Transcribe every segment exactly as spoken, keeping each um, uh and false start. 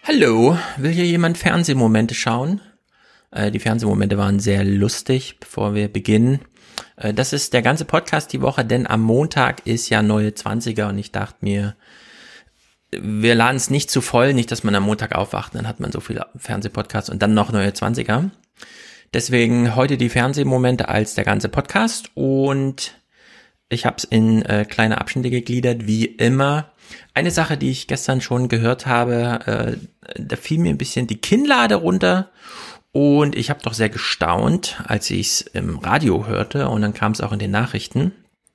Hallo, will hier jemand Fernsehmomente schauen? Äh, die Fernsehmomente waren sehr lustig, bevor wir beginnen. Äh, das ist der ganze Podcast die Woche, denn am Montag ist ja neue Zwanziger und ich dachte mir, wir laden es nicht zu voll, nicht, dass man am Montag aufwacht, dann hat man so viele Fernsehpodcasts und dann noch neue Zwanziger. Deswegen heute die Fernsehmomente als der ganze Podcast und ich habe es in äh, kleine Abschnitte gegliedert, wie immer. Eine Sache, die ich gestern schon gehört habe, äh, da fiel mir ein bisschen die Kinnlade runter und ich habe doch sehr gestaunt, als ich es im Radio hörte und dann kam es auch in den Nachrichten.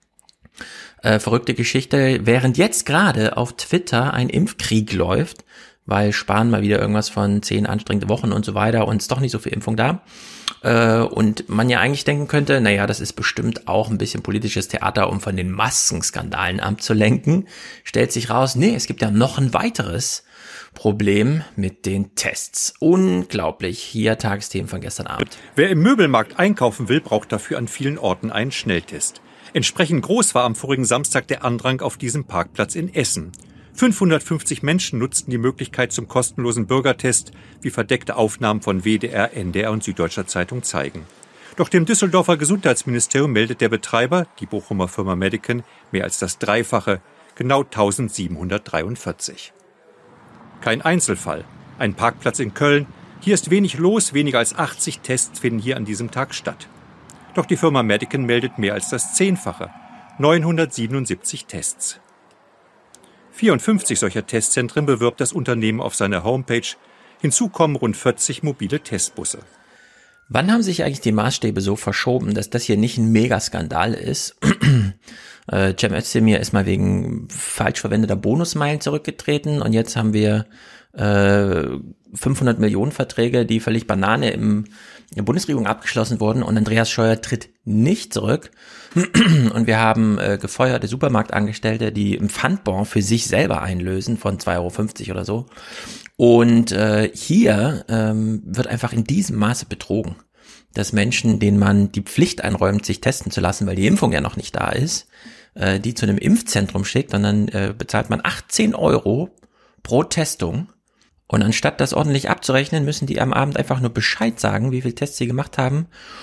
Äh, verrückte Geschichte, während jetzt gerade auf Twitter ein Impfkrieg läuft, weil Spahn mal wieder irgendwas von zehn anstrengende Wochen und so weiter und es ist doch nicht so viel Impfung da. Äh, und man ja eigentlich denken könnte, naja, das ist bestimmt auch ein bisschen politisches Theater, um von den Maskenskandalen abzulenken. Stellt sich raus, nee, es gibt ja noch ein weiteres Problem mit den Tests. Unglaublich. Hier Tagesthemen von gestern Abend. Wer im Möbelmarkt einkaufen will, braucht dafür an vielen Orten einen Schnelltest. Entsprechend groß war am vorigen Samstag der Andrang auf diesem Parkplatz in Essen. fünfhundertfünfzig Menschen nutzten die Möglichkeit zum kostenlosen Bürgertest, wie verdeckte Aufnahmen von W D R, N D R und Süddeutscher Zeitung zeigen. Doch dem Düsseldorfer Gesundheitsministerium meldet der Betreiber, die Bochumer Firma Medican, mehr als das Dreifache, genau eintausendsiebenhundertdreiundvierzig. Kein Einzelfall. Ein Parkplatz in Köln. Hier ist wenig los, weniger als achtzig Tests finden hier an diesem Tag statt. Doch die Firma Medican meldet mehr als das Zehnfache, neunhundertsiebenundsiebzig Tests. vierundfünfzig solcher Testzentren bewirbt das Unternehmen auf seiner Homepage. Hinzu kommen rund vierzig mobile Testbusse. Wann haben sich eigentlich die Maßstäbe so verschoben, dass das hier nicht ein Megaskandal ist? äh, Cem Özdemir ist mal wegen falsch verwendeter Bonusmeilen zurückgetreten und jetzt haben wir äh, fünfhundert Millionen Verträge, die völlig Banane im, in der Bundesregierung abgeschlossen wurden und Andreas Scheuer tritt nicht zurück. Und wir haben äh, gefeuerte Supermarktangestellte, die im Pfandbon für sich selber einlösen von zwei Euro fünfzig oder so. Und äh, hier ähm, wird einfach in diesem Maße betrogen, dass Menschen, denen man die Pflicht einräumt, sich testen zu lassen, weil die Impfung ja noch nicht da ist, äh, die zu einem Impfzentrum schickt und dann äh, bezahlt man achtzehn Euro pro Testung. Und anstatt das ordentlich abzurechnen, müssen die am Abend einfach nur Bescheid sagen, wie viele Tests sie gemacht haben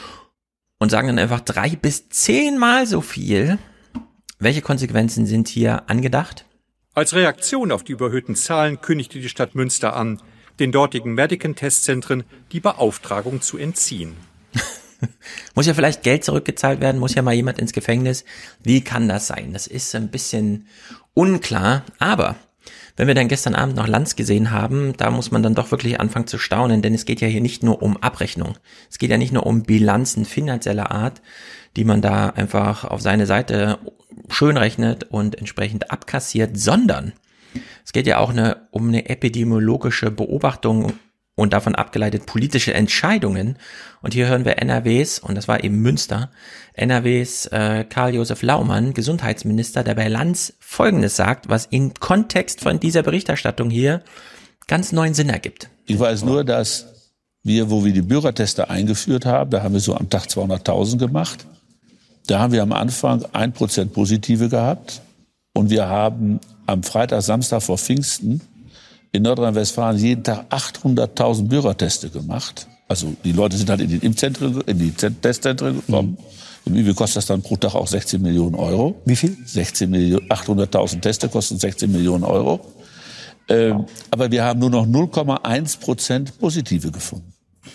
und sagen dann einfach drei bis zehnmal so viel. Welche Konsequenzen sind hier angedacht? Als Reaktion auf die überhöhten Zahlen kündigte die Stadt Münster an, den dortigen Medican-Testzentren die Beauftragung zu entziehen. Muss ja vielleicht Geld zurückgezahlt werden, muss ja mal jemand ins Gefängnis. Wie kann das sein? Das ist ein bisschen unklar, aber wenn wir dann gestern Abend noch Lanz gesehen haben, da muss man dann doch wirklich anfangen zu staunen, denn es geht ja hier nicht nur um Abrechnung. Es geht ja nicht nur um Bilanzen finanzieller Art, die man da einfach auf seine Seite schön rechnet und entsprechend abkassiert, sondern es geht ja auch eine, um eine epidemiologische Beobachtung und davon abgeleitet politische Entscheidungen. Und hier hören wir N R Ws, und das war eben Münster, N R Ws äh, Karl-Josef Laumann, Gesundheitsminister, der bei Lanz Folgendes sagt, was im Kontext von dieser Berichterstattung hier ganz neuen Sinn ergibt. Ich weiß nur, dass wir, wo wir die Bürgerteste eingeführt haben, da haben wir so am Tag zweihunderttausend gemacht, da haben wir am Anfang ein Prozent Positive gehabt und wir haben am Freitag, Samstag vor Pfingsten in Nordrhein-Westfalen jeden Tag achthunderttausend Bürgerteste gemacht. Also die Leute sind halt in die Impfzentren, in die Testzentren gekommen. Und wie viel kostet das dann pro Tag auch sechzehn Millionen Euro? Wie viel? sechzehn Millionen, achthunderttausend Teste kosten sechzehn Millionen Euro. Ähm, aber wir haben nur noch null Komma eins Prozent Positive gefunden.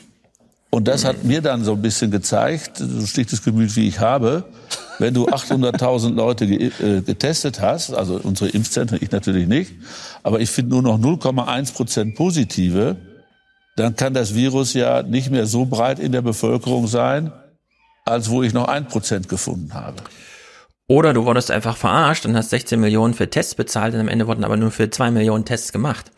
Und das hat mir dann so ein bisschen gezeigt, so schlichtes Gemüt wie ich habe, wenn du achthunderttausend Leute ge- äh, getestet hast, also unsere Impfzentren, ich natürlich nicht, aber ich finde nur noch null Komma eins Prozent Positive, dann kann das Virus ja nicht mehr so breit in der Bevölkerung sein, als wo ich noch ein Prozent gefunden habe. Oder du wurdest einfach verarscht und hast sechzehn Millionen für Tests bezahlt und am Ende wurden aber nur für zwei Millionen Tests gemacht.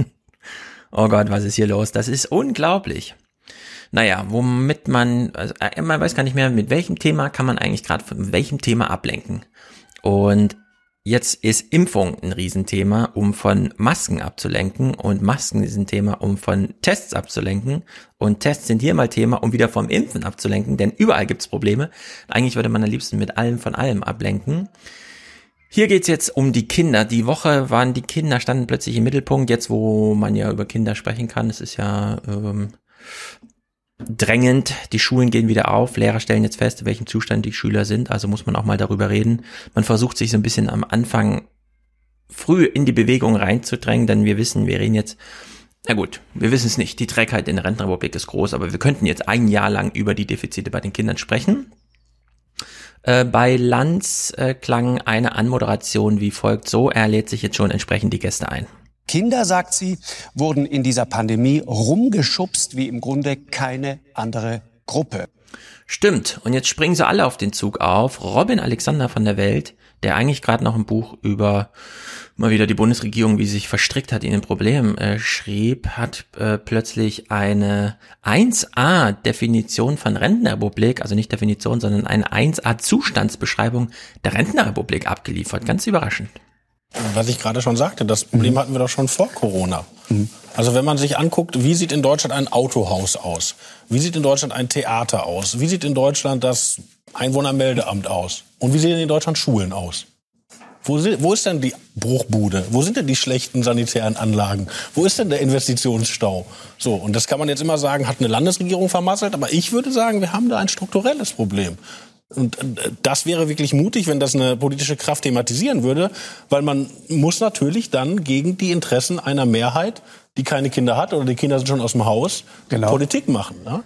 Oh Gott, was ist hier los? Das ist unglaublich. Naja, womit man, also man weiß gar nicht mehr, mit welchem Thema kann man eigentlich gerade von welchem Thema ablenken. Und jetzt ist Impfung ein Riesenthema, um von Masken abzulenken, und Masken ist ein Thema, um von Tests abzulenken, und Tests sind hier mal Thema, um wieder vom Impfen abzulenken, denn überall gibt's Probleme. Eigentlich würde man am liebsten mit allem von allem ablenken. Hier geht's jetzt um die Kinder. Die Woche waren die Kinder, standen plötzlich im Mittelpunkt, jetzt wo man ja über Kinder sprechen kann. Es ist ja ähm, drängend. Die Schulen gehen wieder auf. Lehrer stellen jetzt fest, in welchem Zustand die Schüler sind. Also muss man auch mal darüber reden. Man versucht sich so ein bisschen am Anfang früh in die Bewegung reinzudrängen, denn wir wissen, wir reden jetzt, na gut, wir wissen es nicht. Die Trägheit in der Rentenrepublik ist groß, aber wir könnten jetzt ein Jahr lang über die Defizite bei den Kindern sprechen. Äh, bei Lanz äh, klang eine Anmoderation wie folgt so, er lädt sich jetzt schon entsprechend die Gäste ein. Kinder, sagt sie, wurden in dieser Pandemie rumgeschubst wie im Grunde keine andere Gruppe. Stimmt, und jetzt springen sie alle auf den Zug auf. Robin Alexander von der Welt, der eigentlich gerade noch ein Buch über mal wieder die Bundesregierung, wie sie sich verstrickt hat in den Problemen, äh, schrieb, hat äh, plötzlich eine eins A Definition von Rentenrepublik, also nicht Definition, sondern eine eins A Zustandsbeschreibung der Rentenrepublik abgeliefert. Ganz überraschend. Was ich gerade schon sagte, das Problem hatten wir doch schon vor Corona. Mhm. Also wenn man sich anguckt, wie sieht in Deutschland ein Autohaus aus? Wie sieht in Deutschland ein Theater aus? Wie sieht in Deutschland das Einwohnermeldeamt aus? Und wie sehen in Deutschland Schulen aus? Wo, wo ist denn die Bruchbude? Wo sind denn die schlechten sanitären Anlagen? Wo ist denn der Investitionsstau? So, und das kann man jetzt immer sagen, hat eine Landesregierung vermasselt. Aber ich würde sagen, wir haben da ein strukturelles Problem. Und das wäre wirklich mutig, wenn das eine politische Kraft thematisieren würde, weil man muss natürlich dann gegen die Interessen einer Mehrheit, die keine Kinder hat oder die Kinder sind schon aus dem Haus, genau. Politik machen. Ne?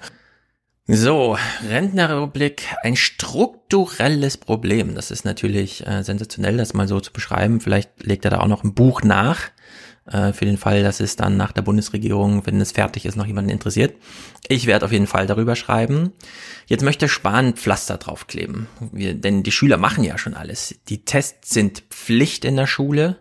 So, Rentenrepublik, ein strukturelles Problem. Das ist natürlich äh, sensationell, das mal so zu beschreiben. Vielleicht legt er da auch noch ein Buch nach, äh, für den Fall, dass es dann nach der Bundesregierung, wenn es fertig ist, noch jemanden interessiert. Ich werde auf jeden Fall darüber schreiben. Jetzt möchte Spahn Pflaster draufkleben, Wir, denn die Schüler machen ja schon alles. Die Tests sind Pflicht in der Schule.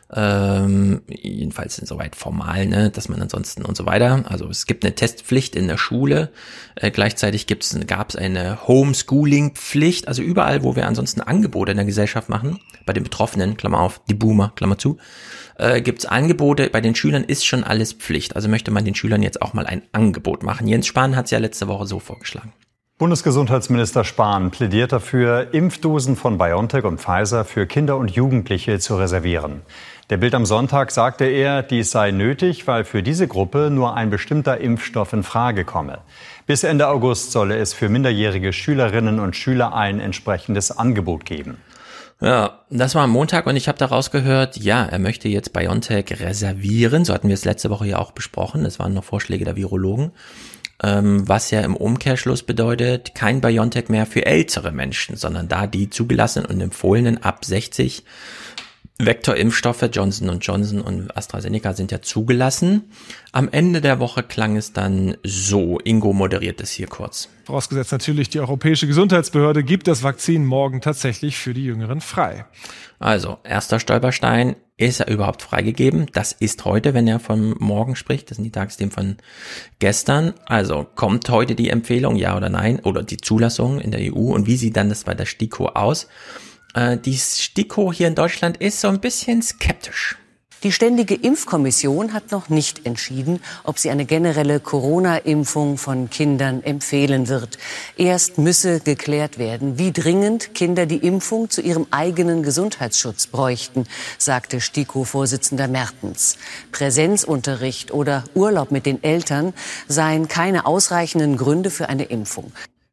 Ähm, jedenfalls insoweit formal, ne, dass man ansonsten und so weiter. Also es gibt eine Testpflicht in der Schule. Äh, gleichzeitig gibt's, gab es eine Homeschooling-Pflicht. Also überall, wo wir ansonsten Angebote in der Gesellschaft machen, bei den Betroffenen, Klammer auf, die Boomer, Klammer zu, äh, gibt's Angebote. Bei den Schülern ist schon alles Pflicht. Also möchte man den Schülern jetzt auch mal ein Angebot machen. Jens Spahn hat's ja letzte Woche so vorgeschlagen. Bundesgesundheitsminister Spahn plädiert dafür, Impfdosen von BioNTech und Pfizer für Kinder und Jugendliche zu reservieren. Der Bild am Sonntag sagte er, dies sei nötig, weil für diese Gruppe nur ein bestimmter Impfstoff in Frage komme. Bis Ende August solle es für minderjährige Schülerinnen und Schüler ein entsprechendes Angebot geben. Ja, das war am Montag und ich habe daraus gehört, ja, er möchte jetzt BioNTech reservieren. So hatten wir es letzte Woche ja auch besprochen. Das waren noch Vorschläge der Virologen. Ähm, was ja im Umkehrschluss bedeutet, kein BioNTech mehr für ältere Menschen, sondern da die zugelassenen und empfohlenen ab sechzig Vektorimpfstoffe, Johnson und Johnson und AstraZeneca sind ja zugelassen. Am Ende der Woche klang es dann so. Ingo moderiert es hier kurz. Vorausgesetzt natürlich, die Europäische Gesundheitsbehörde gibt das Vakzin morgen tatsächlich für die Jüngeren frei. Also, erster Stolperstein, ist er überhaupt freigegeben? Das ist heute, wenn er von morgen spricht. Das sind die Tagesthemen von gestern. Also, kommt heute die Empfehlung, ja oder nein? Oder die Zulassung in der E U? Und wie sieht dann das bei der STIKO aus? Die STIKO hier in Deutschland ist so ein bisschen skeptisch. Die Ständige Impfkommission hat noch nicht entschieden, ob sie eine generelle Corona-Impfung von Kindern empfehlen wird. Erst müsse geklärt werden, wie dringend Kinder die Impfung zu ihrem eigenen Gesundheitsschutz bräuchten, sagte STIKO-Vorsitzender Mertens. Präsenzunterricht oder Urlaub mit den Eltern seien keine ausreichenden Gründe für eine Impfung.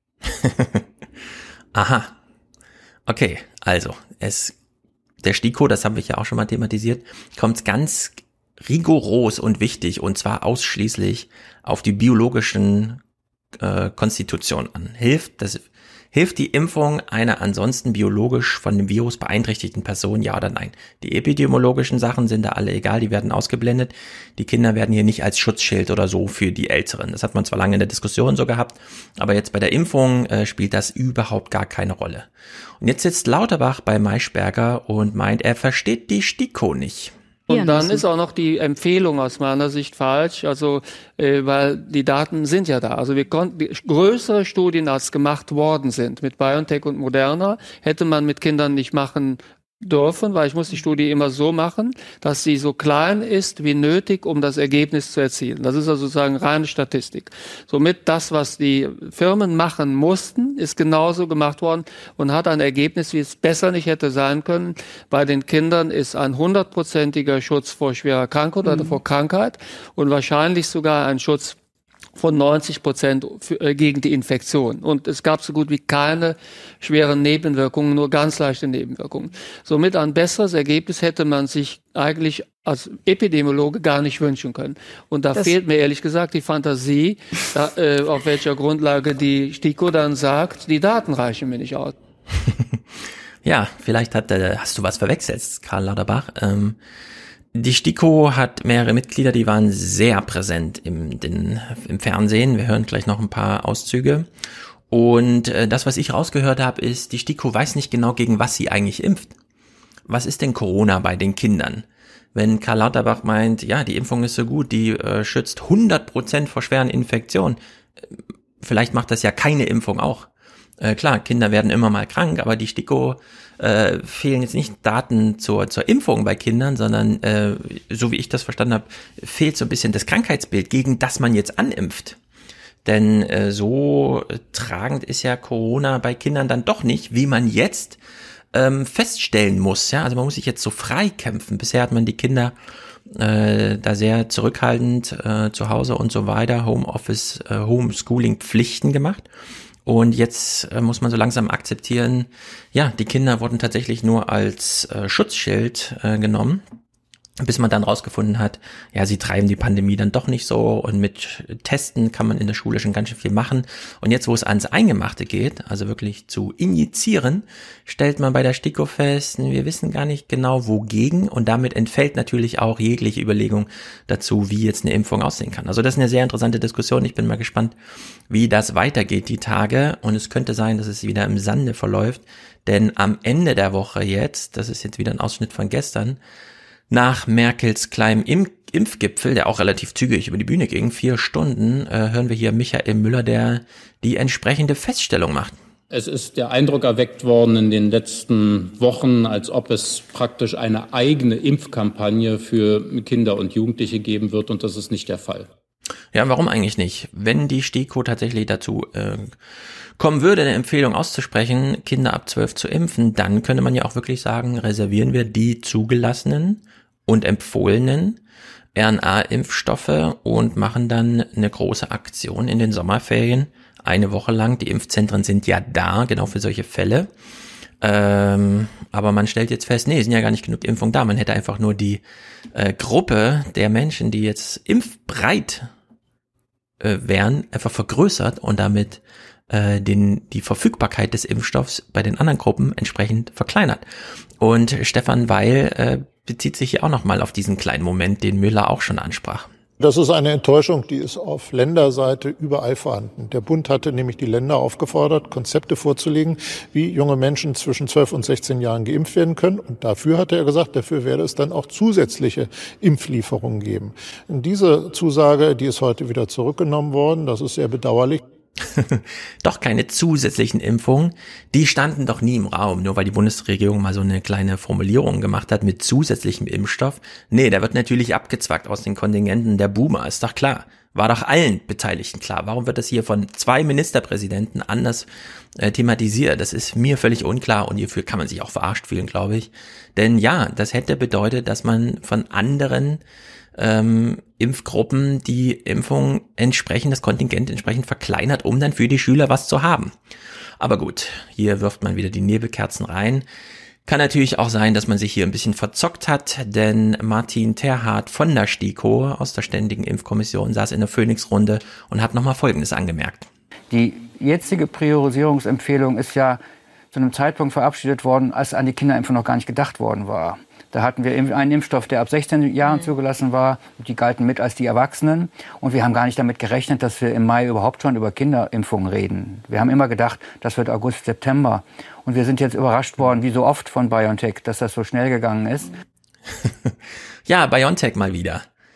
Aha. Okay, also es der STIKO, das haben wir ja auch schon mal thematisiert, kommt ganz rigoros und wichtig und zwar ausschließlich auf die biologischen äh, Konstitutionen an. Hilft das hilft die Impfung einer ansonsten biologisch von dem Virus beeinträchtigten Person, ja oder nein? Die epidemiologischen Sachen sind da alle egal, die werden ausgeblendet. Die Kinder werden hier nicht als Schutzschild oder so für die Älteren. Das hat man zwar lange in der Diskussion so gehabt, aber jetzt bei der Impfung äh, spielt das überhaupt gar keine Rolle. Und jetzt sitzt Lauterbach bei Maischberger und meint, er versteht die STIKO nicht. Und dann ist auch noch die Empfehlung aus meiner Sicht falsch, also äh, weil die Daten sind ja da. Also wir konnten die größere Studien, als gemacht worden sind mit BioNTech und Moderna, hätte man mit Kindern nicht machen dürfen, weil ich muss die Studie immer so machen, dass sie so klein ist wie nötig, um das Ergebnis zu erzielen. Das ist also sozusagen reine Statistik. Somit das, was die Firmen machen mussten, ist genauso gemacht worden und hat ein Ergebnis, wie es besser nicht hätte sein können. Bei den Kindern ist ein hundertprozentiger Schutz vor schwerer Krankheit mhm. oder vor Krankheit und wahrscheinlich sogar ein Schutz von neunzig Prozent für, äh, gegen die Infektion. Und es gab so gut wie keine schweren Nebenwirkungen, nur ganz leichte Nebenwirkungen. Somit ein besseres Ergebnis hätte man sich eigentlich als Epidemiologe gar nicht wünschen können. Und da das fehlt mir ehrlich gesagt die Fantasie, da, äh, auf welcher Grundlage die STIKO dann sagt, die Daten reichen mir nicht aus. Ja, vielleicht hat, äh, hast du was verwechselt, Karl Lauterbach. Ähm, Die STIKO hat mehrere Mitglieder, die waren sehr präsent im, den, im Fernsehen. Wir hören gleich noch ein paar Auszüge. Und äh, das, was ich rausgehört habe, ist, die STIKO weiß nicht genau, gegen was sie eigentlich impft. Was ist denn Corona bei den Kindern? Wenn Karl Lauterbach meint, ja, die Impfung ist so gut, die äh, schützt hundert Prozent vor schweren Infektionen. Vielleicht macht das ja keine Impfung auch. Äh, klar, Kinder werden immer mal krank, aber die STIKO äh, fehlen jetzt nicht Daten zur zur Impfung bei Kindern, sondern äh, so wie ich das verstanden habe, fehlt so ein bisschen das Krankheitsbild, gegen das man jetzt animpft. Denn äh, so tragend ist ja Corona bei Kindern dann doch nicht, wie man jetzt ähm, feststellen muss. Ja, also man muss sich jetzt so frei kämpfen. Bisher hat man die Kinder äh, da sehr zurückhaltend äh, zu Hause und so weiter, Homeoffice, äh, Homeschooling-Pflichten gemacht. Und jetzt äh, muss man so langsam akzeptieren, ja, die Kinder wurden tatsächlich nur als äh, Schutzschild äh, genommen, bis man dann rausgefunden hat, ja, sie treiben die Pandemie dann doch nicht so und mit Testen kann man in der Schule schon ganz schön viel machen. Und jetzt, wo es ans Eingemachte geht, also wirklich zu injizieren, stellt man bei der STIKO fest, wir wissen gar nicht genau wogegen und damit entfällt natürlich auch jegliche Überlegung dazu, wie jetzt eine Impfung aussehen kann. Also das ist eine sehr interessante Diskussion. Ich bin mal gespannt, wie das weitergeht die Tage und es könnte sein, dass es wieder im Sande verläuft, denn am Ende der Woche jetzt, das ist jetzt wieder ein Ausschnitt von gestern, nach Merkels kleinem Impf- Impfgipfel, der auch relativ zügig über die Bühne ging, vier Stunden, äh, hören wir hier Michael Müller, der die entsprechende Feststellung macht. Es ist der Eindruck erweckt worden in den letzten Wochen, als ob es praktisch eine eigene Impfkampagne für Kinder und Jugendliche geben wird, und das ist nicht der Fall. Ja, warum eigentlich nicht? Wenn die STIKO tatsächlich dazu äh, kommen würde, eine Empfehlung auszusprechen, Kinder ab zwölf zu impfen, dann könnte man ja auch wirklich sagen, reservieren wir die zugelassenen und empfohlenen R N A-Impfstoffe und machen dann eine große Aktion in den Sommerferien, eine Woche lang. Die Impfzentren sind ja da, genau für solche Fälle. Ähm, aber man stellt jetzt fest, nee, es sind ja gar nicht genug Impfungen da. Man hätte einfach nur die äh, Gruppe der Menschen, die jetzt impfbereit äh, wären, einfach vergrößert und damit äh, den die Verfügbarkeit des Impfstoffs bei den anderen Gruppen entsprechend verkleinert. Und Stefan Weil äh, bezieht sich hier auch nochmal auf diesen kleinen Moment, den Müller auch schon ansprach. Das ist eine Enttäuschung, die ist auf Länderseite überall vorhanden. Der Bund hatte nämlich die Länder aufgefordert, Konzepte vorzulegen, wie junge Menschen zwischen zwölf und sechzehn Jahren geimpft werden können. Und dafür hatte er gesagt, dafür werde es dann auch zusätzliche Impflieferungen geben. Und diese Zusage, die ist heute wieder zurückgenommen worden. Das ist sehr bedauerlich. Doch keine zusätzlichen Impfungen, die standen doch nie im Raum, nur weil die Bundesregierung mal so eine kleine Formulierung gemacht hat mit zusätzlichem Impfstoff. Nee, der wird natürlich abgezwackt aus den Kontingenten der Boomer, ist doch klar. War doch allen Beteiligten klar. Warum wird das hier von zwei Ministerpräsidenten anders äh, thematisiert? Das ist mir völlig unklar und hierfür kann man sich auch verarscht fühlen, glaube ich. Denn ja, das hätte bedeutet, dass man von anderen ähm, Impfgruppen die Impfung entsprechend, das Kontingent entsprechend verkleinert, um dann für die Schüler was zu haben. Aber gut, hier wirft man wieder die Nebelkerzen rein. Kann natürlich auch sein, dass man sich hier ein bisschen verzockt hat, denn Martin Terhardt von der STIKO aus der Ständigen Impfkommission saß in der Phoenix-Runde und hat nochmal Folgendes angemerkt. Die jetzige Priorisierungsempfehlung ist ja zu einem Zeitpunkt verabschiedet worden, als an die Kinderimpfung noch gar nicht gedacht worden war. Da hatten wir einen Impfstoff, der ab sechzehn Jahren zugelassen war. Die galten mit als die Erwachsenen. Und wir haben gar nicht damit gerechnet, dass wir im Mai überhaupt schon über Kinderimpfungen reden. Wir haben immer gedacht, das wird August, September. Und wir sind jetzt überrascht worden, wie so oft von BioNTech, dass das so schnell gegangen ist. Ja, BioNTech mal wieder.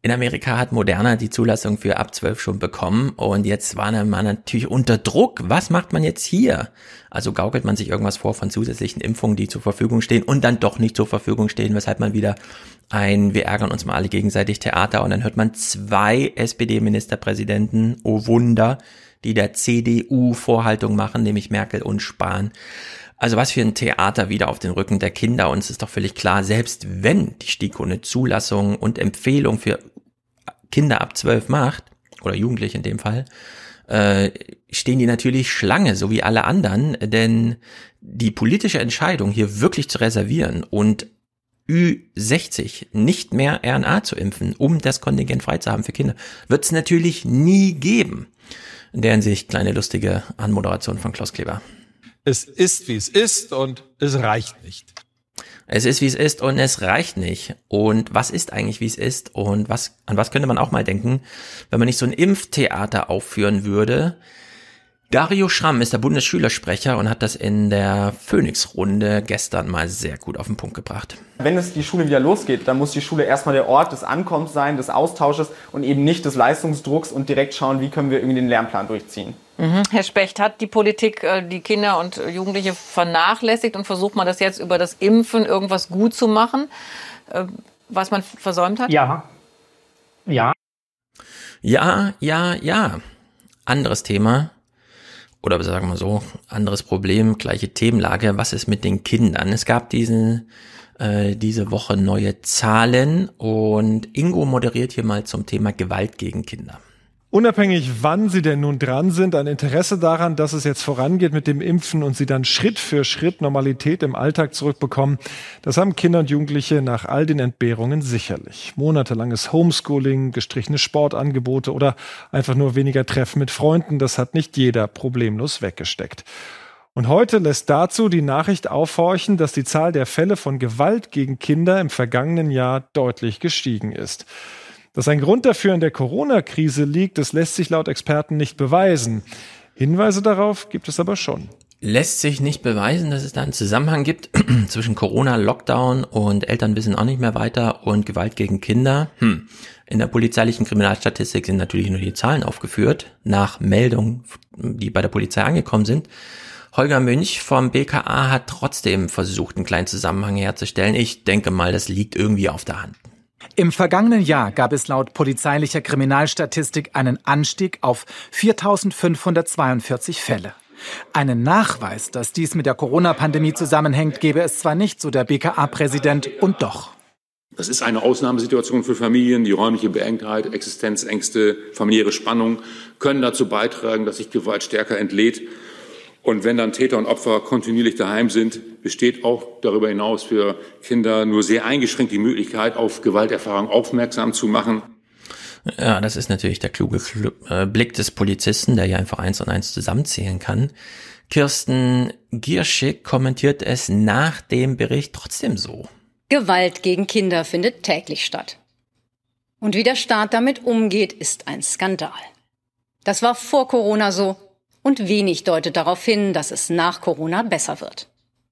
In Amerika hat Moderna die Zulassung für ab zwölf schon bekommen und jetzt war man natürlich unter Druck. Was macht man jetzt hier? Also gaukelt man sich irgendwas vor von zusätzlichen Impfungen, die zur Verfügung stehen und dann doch nicht zur Verfügung stehen, weshalb man wieder ein, wir ärgern uns mal alle gegenseitig Theater, und dann hört man zwei S P D-Ministerpräsidenten, oh Wunder, die der C D U Vorhaltung machen, nämlich Merkel und Spahn. Also was für ein Theater wieder auf den Rücken der Kinder. Und es ist doch völlig klar, selbst wenn die STIKO eine Zulassung und Empfehlung für Kinder ab zwölf macht, oder Jugendliche in dem Fall, äh, stehen die natürlich Schlange, so wie alle anderen, denn die politische Entscheidung, hier wirklich zu reservieren und Ü sechzig nicht mehr R N A zu impfen, um das Kontingent frei zu haben für Kinder, wird es natürlich nie geben. In der Hinsicht kleine lustige Anmoderation von Klaus Kleber. Es ist, wie es ist, und es reicht nicht. Es ist, wie es ist, und es reicht nicht. Und was ist eigentlich, wie es ist? Und was, an was könnte man auch mal denken, wenn man nicht so ein Impftheater aufführen würde? Dario Schramm ist der Bundesschülersprecher und hat das in der Phoenix-Runde gestern mal sehr gut auf den Punkt gebracht. Wenn es die Schule wieder losgeht, dann muss die Schule erstmal der Ort des Ankommens sein, des Austausches und eben nicht des Leistungsdrucks und direkt schauen, wie können wir irgendwie den Lernplan durchziehen. Mhm. Herr Specht, hat die Politik äh, die Kinder und Jugendliche vernachlässigt und versucht man das jetzt über das Impfen irgendwas gut zu machen, äh, was man versäumt hat? Ja. Ja. Ja, ja, ja. Anderes Thema. Oder sagen wir so, anderes Problem, gleiche Themenlage. Was ist mit den Kindern? Es gab diesen, äh, diese Woche neue Zahlen und Ingo moderiert hier mal zum Thema Gewalt gegen Kinder. Unabhängig, wann sie denn nun dran sind, ein Interesse daran, dass es jetzt vorangeht mit dem Impfen und sie dann Schritt für Schritt Normalität im Alltag zurückbekommen, das haben Kinder und Jugendliche nach all den Entbehrungen sicherlich. Monatelanges Homeschooling, gestrichene Sportangebote oder einfach nur weniger Treffen mit Freunden, das hat nicht jeder problemlos weggesteckt. Und heute lässt dazu die Nachricht aufhorchen, dass die Zahl der Fälle von Gewalt gegen Kinder im vergangenen Jahr deutlich gestiegen ist. Dass ein Grund dafür in der Corona-Krise liegt, das lässt sich laut Experten nicht beweisen. Hinweise darauf gibt es aber schon. Lässt sich nicht beweisen, dass es da einen Zusammenhang gibt zwischen Corona, Lockdown und Eltern wissen auch nicht mehr weiter und Gewalt gegen Kinder. Hm. In der polizeilichen Kriminalstatistik sind natürlich nur die Zahlen aufgeführt, nach Meldungen, die bei der Polizei angekommen sind. Holger Münch vom B K A hat trotzdem versucht, einen kleinen Zusammenhang herzustellen. Ich denke mal, das liegt irgendwie auf der Hand. Im vergangenen Jahr gab es laut polizeilicher Kriminalstatistik einen Anstieg auf viertausendfünfhundertzweiundvierzig Fälle. Einen Nachweis, dass dies mit der Corona-Pandemie zusammenhängt, gebe es zwar nicht, so der B K A-Präsident, und doch. Das ist eine Ausnahmesituation für Familien. Die räumliche Beengtheit, Existenzängste, familiäre Spannung können dazu beitragen, dass sich Gewalt stärker entlädt. Und wenn dann Täter und Opfer kontinuierlich daheim sind, besteht auch darüber hinaus für Kinder nur sehr eingeschränkt die Möglichkeit, auf Gewalterfahrung aufmerksam zu machen. Ja, das ist natürlich der kluge Blick des Polizisten, der ja einfach eins und eins zusammenzählen kann. Kirsten Gierschig kommentiert es nach dem Bericht trotzdem so. Gewalt gegen Kinder findet täglich statt. Und wie der Staat damit umgeht, ist ein Skandal. Das war vor Corona so. Und wenig deutet darauf hin, dass es nach Corona besser wird.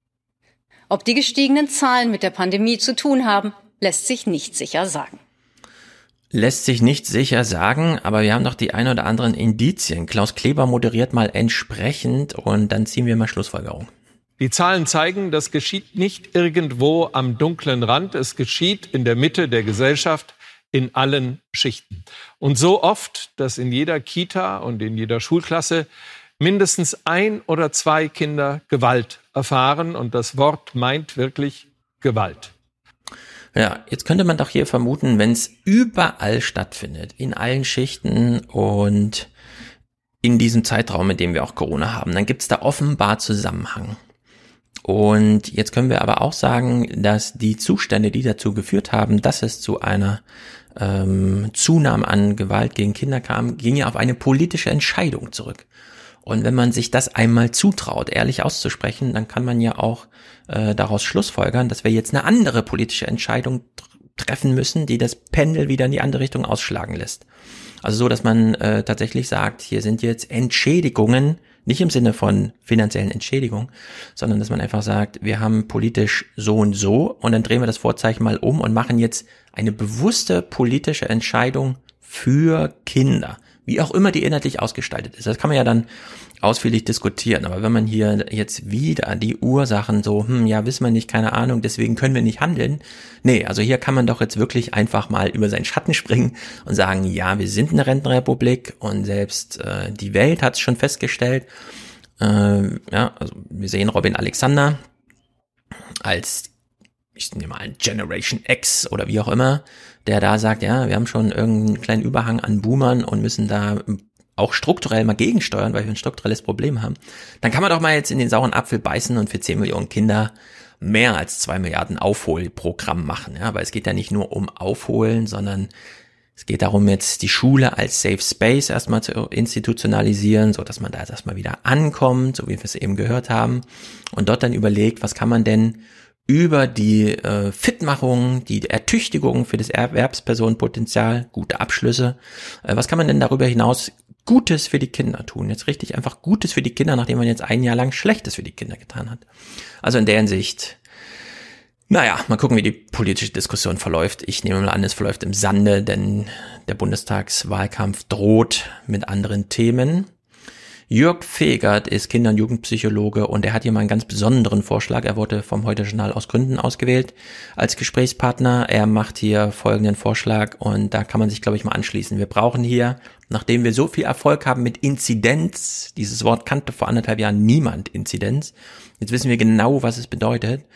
Ob die gestiegenen Zahlen mit der Pandemie zu tun haben, lässt sich nicht sicher sagen. Lässt sich nicht sicher sagen, aber wir haben doch die ein oder anderen Indizien. Klaus Kleber moderiert mal entsprechend und dann ziehen wir mal Schlussfolgerung. Die Zahlen zeigen, das geschieht nicht irgendwo am dunklen Rand. Es geschieht in der Mitte der Gesellschaft, in allen Schichten. Und so oft, dass in jeder Kita und in jeder Schulklasse mindestens ein oder zwei Kinder Gewalt erfahren. Und das Wort meint wirklich Gewalt. Ja, jetzt könnte man doch hier vermuten, wenn es überall stattfindet, in allen Schichten und in diesem Zeitraum, in dem wir auch Corona haben, dann gibt es da offenbar Zusammenhang. Und jetzt können wir aber auch sagen, dass die Zustände, die dazu geführt haben, dass es zu einer ähm, Zunahme an Gewalt gegen Kinder kam, ging ja auf eine politische Entscheidung zurück. Und wenn man sich das einmal zutraut, ehrlich auszusprechen, dann kann man ja auch äh, daraus schlussfolgern, dass wir jetzt eine andere politische Entscheidung treffen müssen, die das Pendel wieder in die andere Richtung ausschlagen lässt. Also so, dass man äh, tatsächlich sagt, hier sind jetzt Entschädigungen Nicht im Sinne von finanziellen Entschädigung, sondern dass man einfach sagt, wir haben politisch so und so und dann drehen wir das Vorzeichen mal um und machen jetzt eine bewusste politische Entscheidung für Kinder. Wie auch immer die inhaltlich ausgestaltet ist. Das kann man ja dann ausführlich diskutieren. Aber wenn man hier jetzt wieder die Ursachen so, hm, ja, wissen wir nicht, keine Ahnung, deswegen können wir nicht handeln. Nee, also hier kann man doch jetzt wirklich einfach mal über seinen Schatten springen und sagen, ja, wir sind eine Rentenrepublik und selbst äh, die Welt hat es schon festgestellt. Äh, ja, also wir sehen Robin Alexander als, ich nehme mal Generation X oder wie auch immer, der da sagt, ja, wir haben schon irgendeinen kleinen Überhang an Boomern und müssen da auch strukturell mal gegensteuern, weil wir ein strukturelles Problem haben, dann kann man doch mal jetzt in den sauren Apfel beißen und für zehn Millionen Kinder mehr als zwei Milliarden Aufholprogramm machen. Ja, weil es geht ja nicht nur um Aufholen, sondern es geht darum, jetzt die Schule als Safe Space erstmal zu institutionalisieren, so dass man da jetzt erstmal wieder ankommt, so wie wir es eben gehört haben, und dort dann überlegt, was kann man denn über die äh, Fitmachung, die Ertüchtigung für das Erwerbspersonenpotenzial, gute Abschlüsse, äh, was kann man denn darüber hinaus Gutes für die Kinder tun? Jetzt richtig einfach Gutes für die Kinder, nachdem man jetzt ein Jahr lang Schlechtes für die Kinder getan hat. Also in der Hinsicht, naja, mal gucken, wie die politische Diskussion verläuft. Ich nehme mal an, es verläuft im Sande, denn der Bundestagswahlkampf droht mit anderen Themen. Jörg Fegert ist Kinder- und Jugendpsychologe und er hat hier mal einen ganz besonderen Vorschlag. Er wurde vom Heute-Journal aus Gründen ausgewählt als Gesprächspartner. Er macht hier folgenden Vorschlag und da kann man sich, glaube ich, mal anschließen. Wir brauchen hier, nachdem wir so viel Erfolg haben mit Inzidenz, dieses Wort kannte vor anderthalb Jahren niemand, Inzidenz. Jetzt wissen wir genau, was es bedeutet.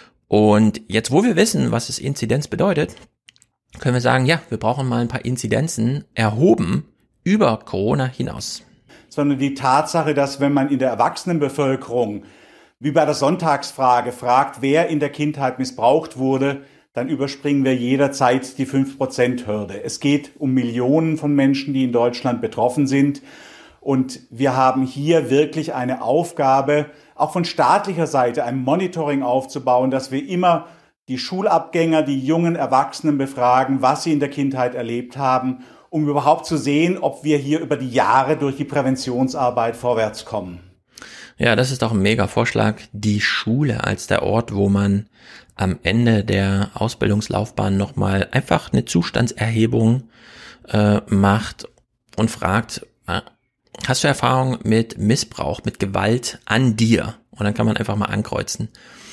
Und jetzt, wo wir wissen, was es Inzidenz bedeutet, können wir sagen, ja, wir brauchen mal ein paar Inzidenzen erhoben über Corona hinaus. Sondern die Tatsache, dass wenn man in der Erwachsenenbevölkerung, wie bei der Sonntagsfrage, fragt, wer in der Kindheit missbraucht wurde, dann überspringen wir jederzeit die fünf Prozent Hürde. Es geht um Millionen von Menschen, die in Deutschland betroffen sind. Und wir haben hier wirklich eine Aufgabe, auch von staatlicher Seite ein Monitoring aufzubauen, dass wir immer die Schulabgänger, die jungen Erwachsenen befragen, was sie in der Kindheit erlebt haben, um überhaupt zu sehen, ob wir hier über die Jahre durch die Präventionsarbeit vorwärts kommen. Ja, das ist doch ein mega Vorschlag. Die Schule als der Ort, wo man am Ende der Ausbildungslaufbahn nochmal einfach eine Zustandserhebung äh, macht und fragt, äh, hast du Erfahrung mit Missbrauch, mit Gewalt an dir? Und dann kann man einfach mal ankreuzen.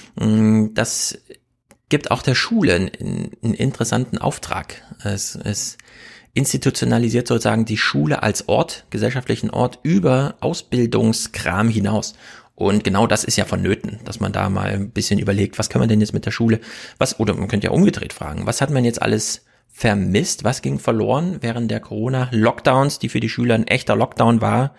Das gibt auch der Schule einen, einen interessanten Auftrag. Es ist institutionalisiert sozusagen die Schule als Ort, gesellschaftlichen Ort über Ausbildungskram hinaus. Und genau das ist ja vonnöten, dass man da mal ein bisschen überlegt, was kann man denn jetzt mit der Schule, was, oder man könnte ja umgedreht fragen, was hat man jetzt alles vermisst, was ging verloren während der Corona-Lockdowns, die für die Schüler ein echter Lockdown war.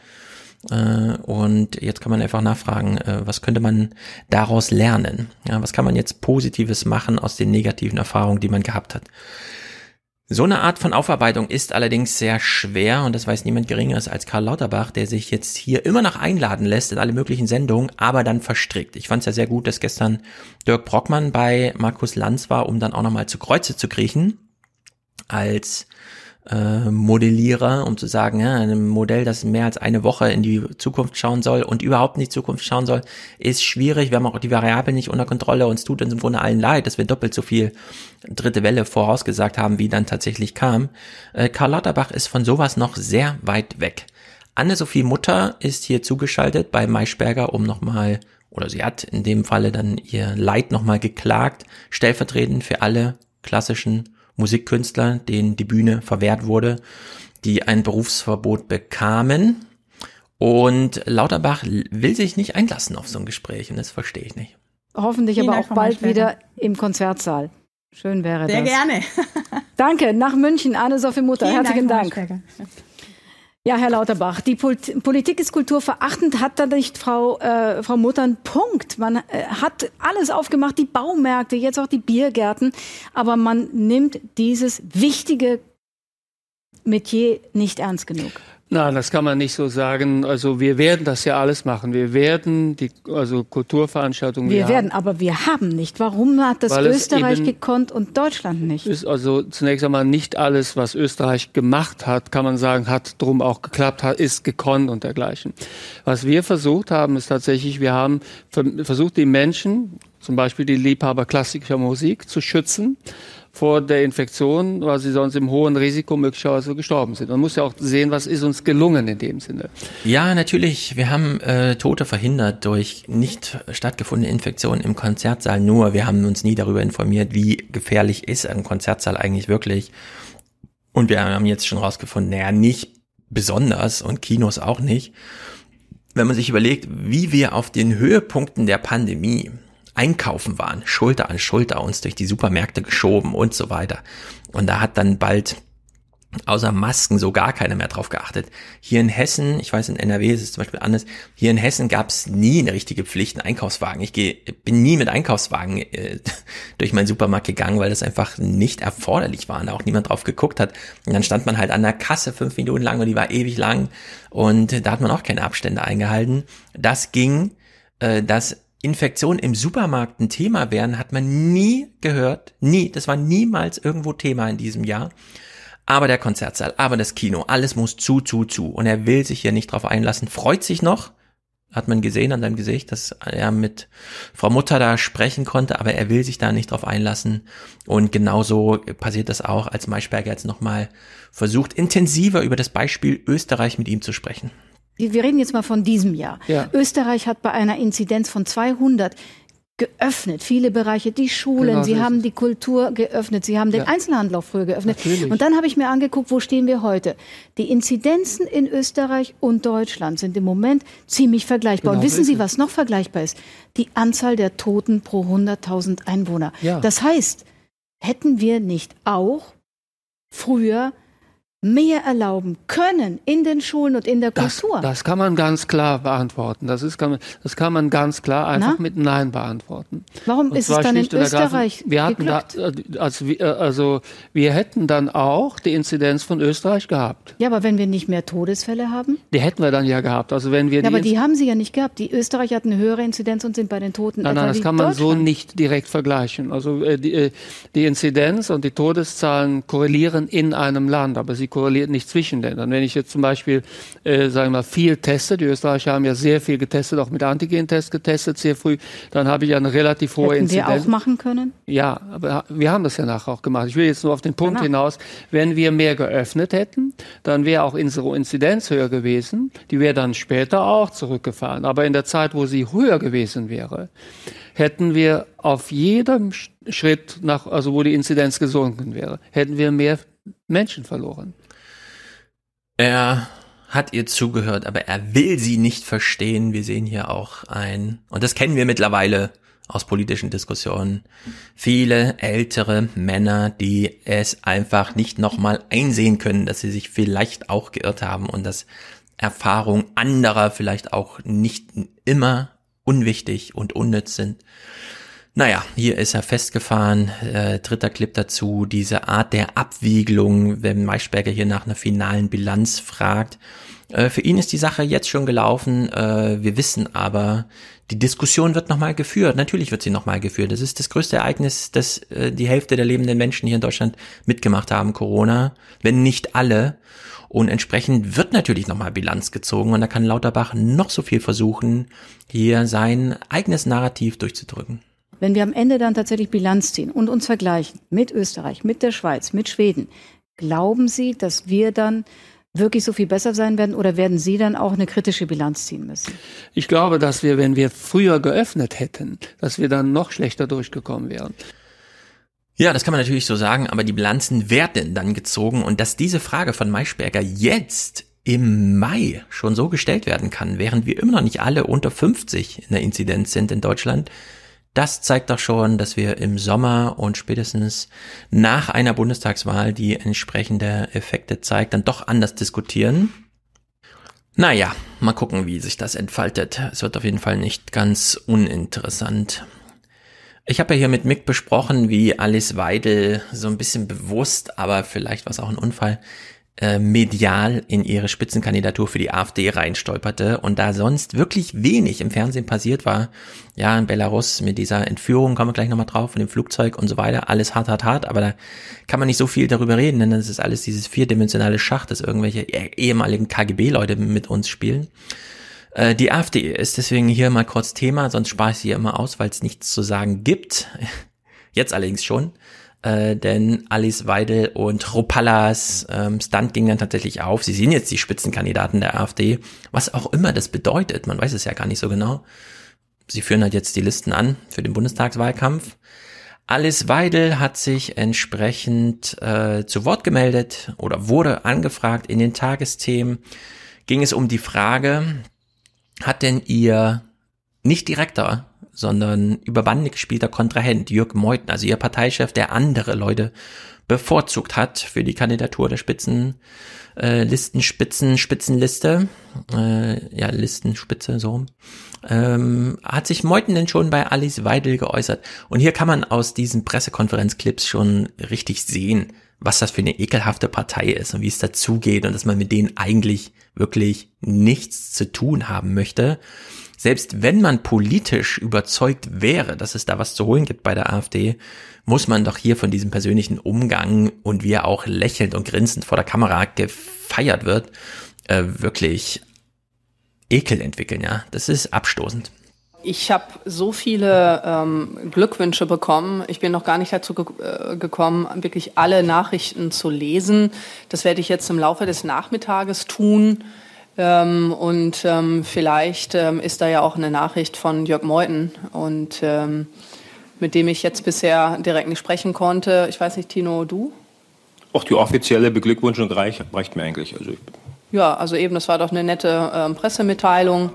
Und jetzt kann man einfach nachfragen, was könnte man daraus lernen? Ja, was kann man jetzt Positives machen aus den negativen Erfahrungen, die man gehabt hat? So eine Art von Aufarbeitung ist allerdings sehr schwer und das weiß niemand Geringeres als Karl Lauterbach, der sich jetzt hier immer noch einladen lässt in alle möglichen Sendungen, aber dann verstrickt. Ich fand es ja sehr gut, dass gestern Dirk Brockmann bei Markus Lanz war, um dann auch nochmal zu Kreuze zu kriechen als äh, Modellierer, um zu sagen, ja, ein Modell, das mehr als eine Woche in die Zukunft schauen soll und überhaupt nicht Zukunft schauen soll, ist schwierig. Wir haben auch die Variablen nicht unter Kontrolle und es tut uns im Grunde allen leid, dass wir doppelt so viel dritte Welle vorausgesagt haben, wie dann tatsächlich kam. Äh, Karl Lauterbach ist von sowas noch sehr weit weg. Anne-Sophie Mutter ist hier zugeschaltet bei Maischberger, um nochmal, oder sie hat in dem Falle dann ihr Leid nochmal geklagt, stellvertretend für alle klassischen Musikkünstler, denen die Bühne verwehrt wurde, die ein Berufsverbot bekamen. Und Lauterbach will sich nicht einlassen auf so ein Gespräch und das verstehe ich nicht. Hoffentlich aber auch bald wieder im Konzertsaal. Schön wäre das. Sehr gerne. Danke, nach München, Anne-Sophie Mutter. Vielen Herzlichen Dank. Dank. Ja, Herr Lauterbach, die Polit- Politik ist kulturverachtend, hat da nicht Frau, äh, Frau Mutter einen Punkt. Man äh, hat alles aufgemacht, die Baumärkte, jetzt auch die Biergärten, aber man nimmt dieses wichtige Metier nicht ernst genug. Nein, das kann man nicht so sagen. Also wir werden das ja alles machen. Wir werden die also Kulturveranstaltungen. Wir, wir werden, haben, aber wir haben nicht. Warum hat das Österreich gekonnt und Deutschland nicht? Ist also zunächst einmal nicht alles, was Österreich gemacht hat, kann man sagen, hat drum auch geklappt, hat, ist gekonnt und dergleichen. Was wir versucht haben, ist tatsächlich, wir haben versucht, die Menschen, zum Beispiel die Liebhaber klassischer Musik, zu schützen vor der Infektion, weil sie sonst im hohen Risiko möglicherweise gestorben sind. Man muss ja auch sehen, was ist uns gelungen in dem Sinne. Ja, natürlich. Wir haben äh, Tote verhindert durch nicht stattgefundene Infektionen im Konzertsaal. Nur wir haben uns nie darüber informiert, wie gefährlich ist ein Konzertsaal eigentlich wirklich. Und wir haben jetzt schon rausgefunden, naja, nicht besonders und Kinos auch nicht. Wenn man sich überlegt, wie wir auf den Höhepunkten der Pandemie einkaufen waren, Schulter an Schulter uns durch die Supermärkte geschoben und so weiter. Und da hat dann bald außer Masken so gar keiner mehr drauf geachtet. Hier in Hessen, ich weiß, in N R W ist es zum Beispiel anders, hier in Hessen gab es nie eine richtige Pflicht, einen Einkaufswagen. Ich geh, bin nie mit Einkaufswagen äh, durch meinen Supermarkt gegangen, weil das einfach nicht erforderlich war und da auch niemand drauf geguckt hat. Und dann stand man halt an der Kasse fünf Minuten lang und die war ewig lang und da hat man auch keine Abstände eingehalten. Das ging, äh, dass Infektionen im Supermarkt ein Thema wären, hat man nie gehört, nie, das war niemals irgendwo Thema in diesem Jahr. Aber der Konzertsaal, aber das Kino, alles muss zu, zu, zu. Und er will sich hier nicht drauf einlassen, freut sich noch, hat man gesehen an seinem Gesicht, dass er mit Frau Mutter da sprechen konnte, aber er will sich da nicht drauf einlassen. Und genauso passiert das auch, als Maischberger jetzt nochmal versucht, intensiver über das Beispiel Österreich mit ihm zu sprechen. Wir reden jetzt mal von diesem Jahr. Ja. Österreich hat bei einer Inzidenz von zweihundert geöffnet, viele Bereiche, die Schulen, Genau, sie so haben ist die Kultur geöffnet, sie haben den Ja. Einzelhandel auch früher geöffnet. Natürlich. Und dann habe ich mir angeguckt, wo stehen wir heute? Die Inzidenzen in Österreich und Deutschland sind im Moment ziemlich vergleichbar. Genau, und wissen so Sie, ist es. was noch vergleichbar ist? Die Anzahl der Toten pro hunderttausend Einwohner. Ja. Das heißt, hätten wir nicht auch früher mehr erlauben können in den Schulen und in der Das, Kultur? das kann man ganz klar beantworten. Das, ist, kann man, das kann man ganz klar einfach Na? mit Nein beantworten. Warum Und ist es zwar dann in schlicht und ergreifend, Österreich wir hatten da, also, wir- also wir hätten dann auch die Inzidenz von Österreich gehabt. Ja, aber wenn wir nicht mehr Todesfälle haben? Die hätten wir dann ja gehabt. Also wenn wir Ja, aber die, die haben sie ja nicht gehabt. Die Österreicher hatten eine höhere Inzidenz und sind bei den Toten Nein, etwa nein, das wie kann man so Deutschland. nicht direkt vergleichen. Also äh, die, äh, die Inzidenz und die Todeszahlen korrelieren in einem Land, aber sie korrelieren nicht zwischen Ländern. Wenn ich jetzt zum Beispiel, äh, sagen wir mal, viel teste, die Österreicher haben ja sehr viel getestet, auch mit Antigen-Tests getestet, sehr früh, dann habe ich ja eine relativ hohe Hätten Inzidenz. wir auch machen können? Ja, aber wir haben das ja nachher auch gemacht. Ich will jetzt nur auf den Punkt Danach. hinaus, wenn wir mehr geöffnet hätten, dann wäre auch unsere Inzidenz höher gewesen. Die wäre dann später auch zurückgefahren. Aber in der Zeit, wo sie höher gewesen wäre, hätten wir auf jedem Sch- Schritt nach, also wo die Inzidenz gesunken wäre, hätten wir mehr Menschen verloren. Er hat ihr zugehört, aber er will sie nicht verstehen. Wir sehen hier auch ein, und das kennen wir mittlerweile aus politischen Diskussionen, viele ältere Männer, die es einfach nicht nochmal einsehen können, dass sie sich vielleicht auch geirrt haben und dass Erfahrungen anderer vielleicht auch nicht immer unwichtig und unnütz sind. Naja, hier ist er festgefahren, äh, dritter Clip dazu, diese Art der Abwiegelung, wenn Maischberger hier nach einer finalen Bilanz fragt. Äh, für ihn ist die Sache jetzt schon gelaufen, äh, wir wissen aber, die Diskussion wird nochmal geführt, natürlich wird sie nochmal geführt. Das ist das größte Ereignis, das äh, die Hälfte der lebenden Menschen hier in Deutschland mitgemacht haben, Corona, wenn nicht alle. Und entsprechend wird natürlich nochmal Bilanz gezogen und da kann Lauterbach noch so viel versuchen, hier sein eigenes Narrativ durchzudrücken. Wenn wir am Ende dann tatsächlich Bilanz ziehen und uns vergleichen mit Österreich, mit der Schweiz, mit Schweden, glauben Sie, dass wir dann wirklich so viel besser sein werden oder werden Sie dann auch eine kritische Bilanz ziehen müssen? Ich glaube, dass wir, wenn wir früher geöffnet hätten, dass wir dann noch schlechter durchgekommen wären. Ja, das kann man natürlich so sagen, aber die Bilanzen werden dann gezogen und dass diese Frage von Maischberger jetzt im Mai schon so gestellt werden kann, während wir immer noch nicht alle unter fünfzig in der Inzidenz sind in Deutschland, das zeigt doch schon, dass wir im Sommer und spätestens nach einer Bundestagswahl, die entsprechende Effekte zeigt, dann doch anders diskutieren. Naja, mal gucken, wie sich das entfaltet. Es wird auf jeden Fall nicht ganz uninteressant. Ich habe ja hier mit Mick besprochen, wie Alice Weidel so ein bisschen bewusst, aber vielleicht war es auch ein Unfall, äh, medial in ihre Spitzenkandidatur für die AfD reinstolperte und da sonst wirklich wenig im Fernsehen passiert war, ja, in Belarus mit dieser Entführung, kommen wir gleich nochmal drauf, von dem Flugzeug und so weiter, alles hart, hart, hart, aber da kann man nicht so viel darüber reden, denn das ist alles dieses vierdimensionale Schach, das irgendwelche ehemaligen K G B-Leute mit uns spielen. Äh, die AfD ist deswegen hier mal kurz Thema, sonst spare ich sie immer aus, weil es nichts zu sagen gibt. Jetzt allerdings schon. Äh, denn Alice Weidel und Ruppallas ähm, Stunt ging dann tatsächlich auf. Sie sind jetzt die Spitzenkandidaten der AfD, was auch immer das bedeutet. Man weiß es ja gar nicht so genau. Sie führen halt jetzt die Listen an für den Bundestagswahlkampf. Alice Weidel hat sich entsprechend äh, zu Wort gemeldet oder wurde angefragt in den Tagesthemen. Ging es um die Frage, hat denn ihr nicht direkter, sondern über Bande gespielter Kontrahent Jörg Meuthen, also ihr Parteichef, der andere Leute bevorzugt hat für die Kandidatur der Spitzen, äh, Listenspitzen, Spitzenliste, äh, ja, Listenspitze, so rum, ähm, hat sich Meuthen denn schon bei Alice Weidel geäußert. Und hier kann man aus diesen Pressekonferenzclips schon richtig sehen, was das für eine ekelhafte Partei ist und wie es dazugeht und dass man mit denen eigentlich wirklich nichts zu tun haben möchte. Selbst wenn man politisch überzeugt wäre, dass es da was zu holen gibt bei der AfD, muss man doch hier von diesem persönlichen Umgang und wie er auch lächelnd und grinsend vor der Kamera gefeiert wird, äh, wirklich Ekel entwickeln, ja. Das ist abstoßend. Ich habe so viele ähm, Glückwünsche bekommen. Ich bin noch gar nicht dazu ge- äh, gekommen, wirklich alle Nachrichten zu lesen. Das werde ich jetzt im Laufe des Nachmittages tun. Ähm, und ähm, vielleicht ähm, ist da ja auch eine Nachricht von Jörg Meuthen, und ähm, mit dem ich jetzt bisher direkt nicht sprechen konnte. Ich weiß nicht, Tino, du? Auch die offizielle Beglückwünschung reicht, reicht mir eigentlich. Also ich ja, also eben, das war doch eine nette ähm, Pressemitteilung.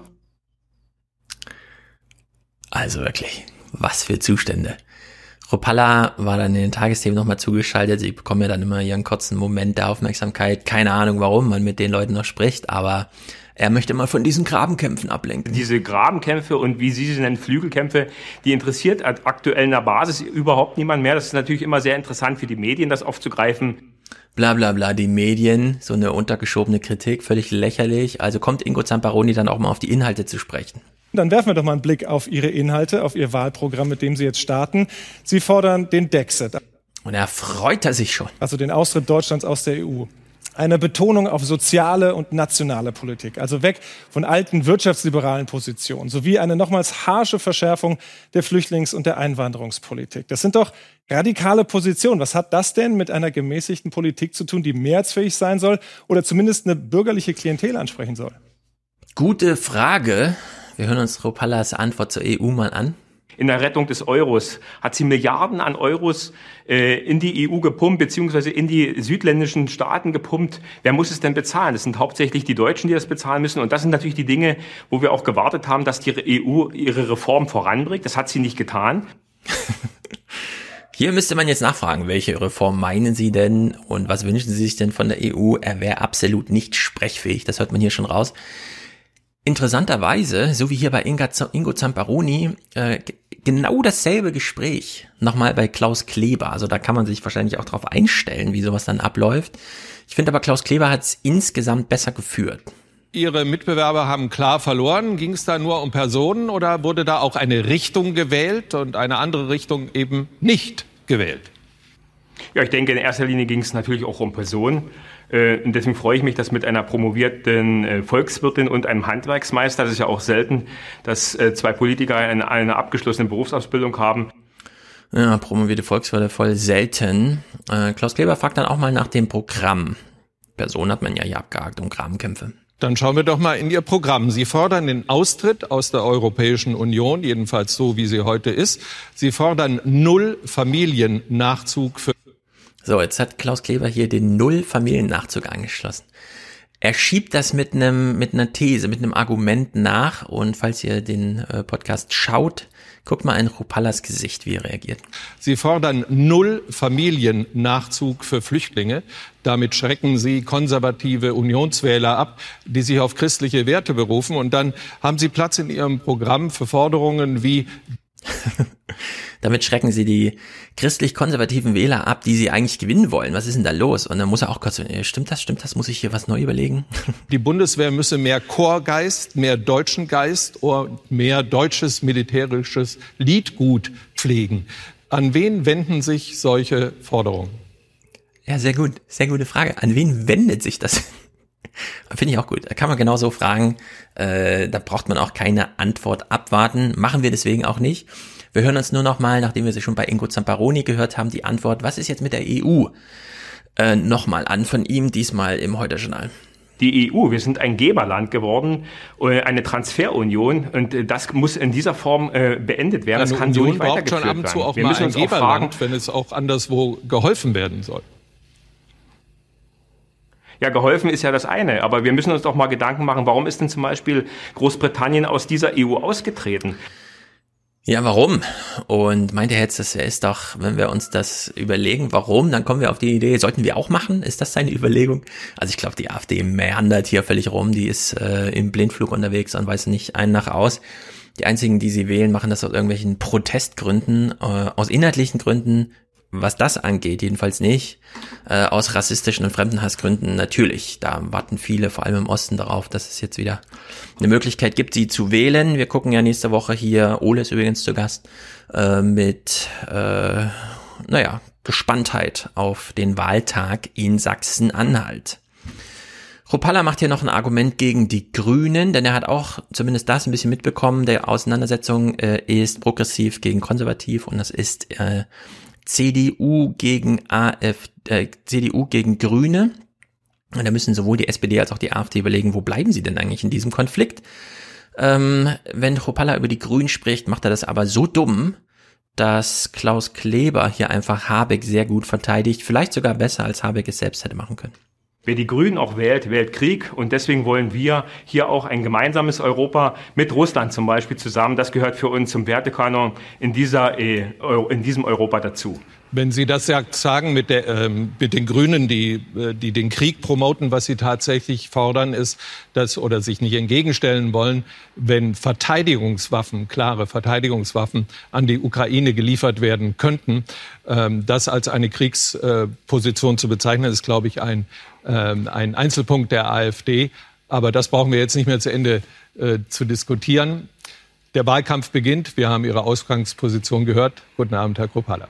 Also wirklich, was für Zustände. Ruppalla war dann in den Tagesthemen nochmal zugeschaltet. Sie bekommen ja dann immer ihren kurzen Moment der Aufmerksamkeit. Keine Ahnung, warum man mit den Leuten noch spricht, aber er möchte mal von diesen Grabenkämpfen ablenken. Diese Grabenkämpfe und wie Sie sie nennen, Flügelkämpfe, die interessiert aktuell in der Basis überhaupt niemand mehr. Das ist natürlich immer sehr interessant für die Medien, das aufzugreifen. Bla bla bla, die Medien, so eine untergeschobene Kritik, völlig lächerlich. Also kommt Ingo Zamparoni dann auch mal auf die Inhalte zu sprechen. Dann werfen wir doch mal einen Blick auf Ihre Inhalte, auf Ihr Wahlprogramm, mit dem Sie jetzt starten. Sie fordern den Dexit. Und er freut er sich schon. Also den Austritt Deutschlands aus der E U. Eine Betonung auf soziale und nationale Politik, also weg von alten wirtschaftsliberalen Positionen, sowie eine nochmals harsche Verschärfung der Flüchtlings- und der Einwanderungspolitik. Das sind doch radikale Positionen. Was hat das denn mit einer gemäßigten Politik zu tun, die mehrheitsfähig sein soll oder zumindest eine bürgerliche Klientel ansprechen soll? Gute Frage. Wir hören uns Ruppallas Antwort zur E U mal an. In der Rettung des Euros hat sie Milliarden an Euros äh, in die E U gepumpt, beziehungsweise in die südländischen Staaten gepumpt. Wer muss es denn bezahlen? Das sind hauptsächlich die Deutschen, die das bezahlen müssen. Und das sind natürlich die Dinge, wo wir auch gewartet haben, dass die E U ihre Reform voranbringt. Das hat sie nicht getan. Hier müsste man jetzt nachfragen, welche Reform meinen Sie denn und was wünschen Sie sich denn von der E U? Er wäre absolut nicht sprechfähig, das hört man hier schon raus. Interessanterweise, so wie hier bei Ingo Zamparoni, äh, genau dasselbe Gespräch nochmal bei Klaus Kleber. Also da kann man sich wahrscheinlich auch drauf einstellen, wie sowas dann abläuft. Ich finde aber, Klaus Kleber hat es insgesamt besser geführt. Ihre Mitbewerber haben klar verloren. Ging es da nur um Personen oder wurde da auch eine Richtung gewählt und eine andere Richtung eben nicht gewählt? Ja, ich denke, in erster Linie ging es natürlich auch um Personen. Und deswegen freue ich mich, dass mit einer promovierten Volkswirtin und einem Handwerksmeister, das ist ja auch selten, dass zwei Politiker eine, eine abgeschlossene Berufsausbildung haben. Ja, promovierte Volkswirte voll selten. Äh, Klaus Kleber fragt dann auch mal nach dem Programm. Person hat man ja hier abgehakt um Grabenkämpfe. Dann schauen wir doch mal in Ihr Programm. Sie fordern den Austritt aus der Europäischen Union, jedenfalls so, wie sie heute ist. Sie fordern null Familiennachzug für... So, jetzt hat Klaus Kleber hier den Null-Familiennachzug angeschlossen. Er schiebt das mit einem mit einer These, mit einem Argument nach. Und falls ihr den äh, Podcast schaut, guckt mal in Ruppallas Gesicht, wie er reagiert. Sie fordern null Familiennachzug für Flüchtlinge. Damit schrecken sie konservative Unionswähler ab, die sich auf christliche Werte berufen. Und dann haben sie Platz in ihrem Programm für Forderungen wie... Damit schrecken sie die christlich-konservativen Wähler ab, die sie eigentlich gewinnen wollen. Was ist denn da los? Und dann muss er auch kurz, stimmt das, stimmt das? Muss ich hier was neu überlegen? Die Bundeswehr müsse mehr Chorgeist, mehr deutschen Geist und mehr deutsches militärisches Liedgut pflegen. An wen wenden sich solche Forderungen? Ja, sehr gut, sehr gute Frage. An wen wendet sich das? Finde ich auch gut. Da kann man genau so fragen. Äh, da braucht man auch keine Antwort abwarten. Machen wir deswegen auch nicht. Wir hören uns nur noch mal, nachdem wir sie schon bei Ingo Zamparoni gehört haben, die Antwort, was ist jetzt mit der E U? Äh, Nochmal an von ihm, diesmal im Heute-Journal. Die E U, wir sind ein Geberland geworden, eine Transferunion, und das muss in dieser Form äh, beendet werden. Das Eine kann Union so nicht braucht weitergeführt schon ab und zu werden. auch Wir mal müssen ein uns auch Geberland, fragen, wenn es auch anderswo geholfen werden soll. Ja, geholfen ist ja das eine, aber wir müssen uns doch mal Gedanken machen, warum ist denn zum Beispiel Großbritannien aus dieser E U ausgetreten? Ja, warum? Und meint er jetzt, das ist doch, wenn wir uns das überlegen, warum, dann kommen wir auf die Idee, sollten wir auch machen? Ist das seine Überlegung? Also ich glaube, die AfD meandert hier völlig rum, die ist äh, im Blindflug unterwegs und weiß nicht ein nach aus. Die einzigen, die sie wählen, machen das aus irgendwelchen Protestgründen, äh, aus inhaltlichen Gründen, was das angeht, jedenfalls nicht. Äh, aus rassistischen und Fremdenhassgründen natürlich. Da warten viele, vor allem im Osten, darauf, dass es jetzt wieder eine Möglichkeit gibt, sie zu wählen. Wir gucken ja nächste Woche hier, Ole ist übrigens zu Gast, äh, mit, äh, naja, Gespanntheit auf den Wahltag in Sachsen-Anhalt. Kruppalla macht hier noch ein Argument gegen die Grünen, denn er hat auch zumindest das ein bisschen mitbekommen. Der Auseinandersetzung äh, ist progressiv gegen konservativ und das ist äh, C D U gegen A F, äh, C D U gegen Grüne. Und da müssen sowohl die S P D als auch die AfD überlegen, wo bleiben sie denn eigentlich in diesem Konflikt? Ähm, wenn Kruppalla über die Grünen spricht, macht er das aber so dumm, dass Klaus Kleber hier einfach Habeck sehr gut verteidigt, vielleicht sogar besser, als Habeck es selbst hätte machen können. Wer die Grünen auch wählt, wählt Krieg, und deswegen wollen wir hier auch ein gemeinsames Europa mit Russland zum Beispiel zusammen. Das gehört für uns zum Wertekanon in dieser, äh, in diesem Europa dazu. Wenn Sie das sagen mit, der, ähm, mit den Grünen, die, die den Krieg promoten, was sie tatsächlich fordern, ist, dass oder sich nicht entgegenstellen wollen, wenn Verteidigungswaffen, klare Verteidigungswaffen an die Ukraine geliefert werden könnten. Ähm, das als eine Kriegsposition zu bezeichnen, ist, glaube ich, ein, ähm, ein Einzelpunkt der AfD. Aber das brauchen wir jetzt nicht mehr zu Ende äh, zu diskutieren. Der Wahlkampf beginnt. Wir haben Ihre Ausgangsposition gehört. Guten Abend, Herr Kruppalla.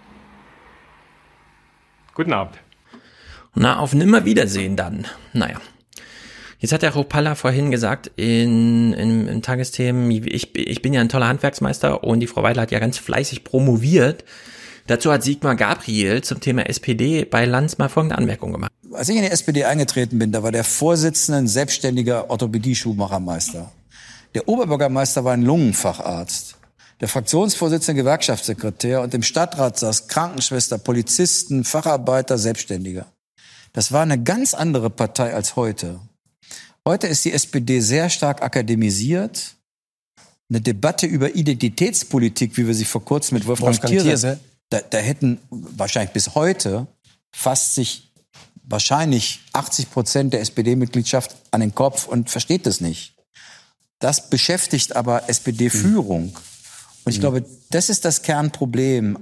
Guten Abend. Na, auf Nimmerwiedersehen dann. Naja. Jetzt hat der Kruppalla vorhin gesagt in, in, in Tagesthemen, ich, ich bin ja ein toller Handwerksmeister und die Frau Weidler hat ja ganz fleißig promoviert. Dazu hat Sigmar Gabriel zum Thema S P D bei Lanz mal folgende Anmerkung gemacht. Als ich in die S P D eingetreten bin, da war der Vorsitzende ein selbstständiger Orthopädie-Schuhmachermeister. Der Oberbürgermeister war ein Lungenfacharzt. Der Fraktionsvorsitzende Gewerkschaftssekretär und im Stadtrat saß Krankenschwester, Polizisten, Facharbeiter, Selbstständiger. Das war eine ganz andere Partei als heute. Heute ist die S P D sehr stark akademisiert. Eine Debatte über Identitätspolitik, wie wir sie vor kurzem mit Wolfgang, Wolfgang Thierse, Thierse. Da, da hätten wahrscheinlich bis heute fast sich wahrscheinlich achtzig Prozent der S P D-Mitgliedschaft an den Kopf und versteht das nicht. Das beschäftigt aber S P D-Führung. Mhm. Und ich glaube, das ist das Kernproblem.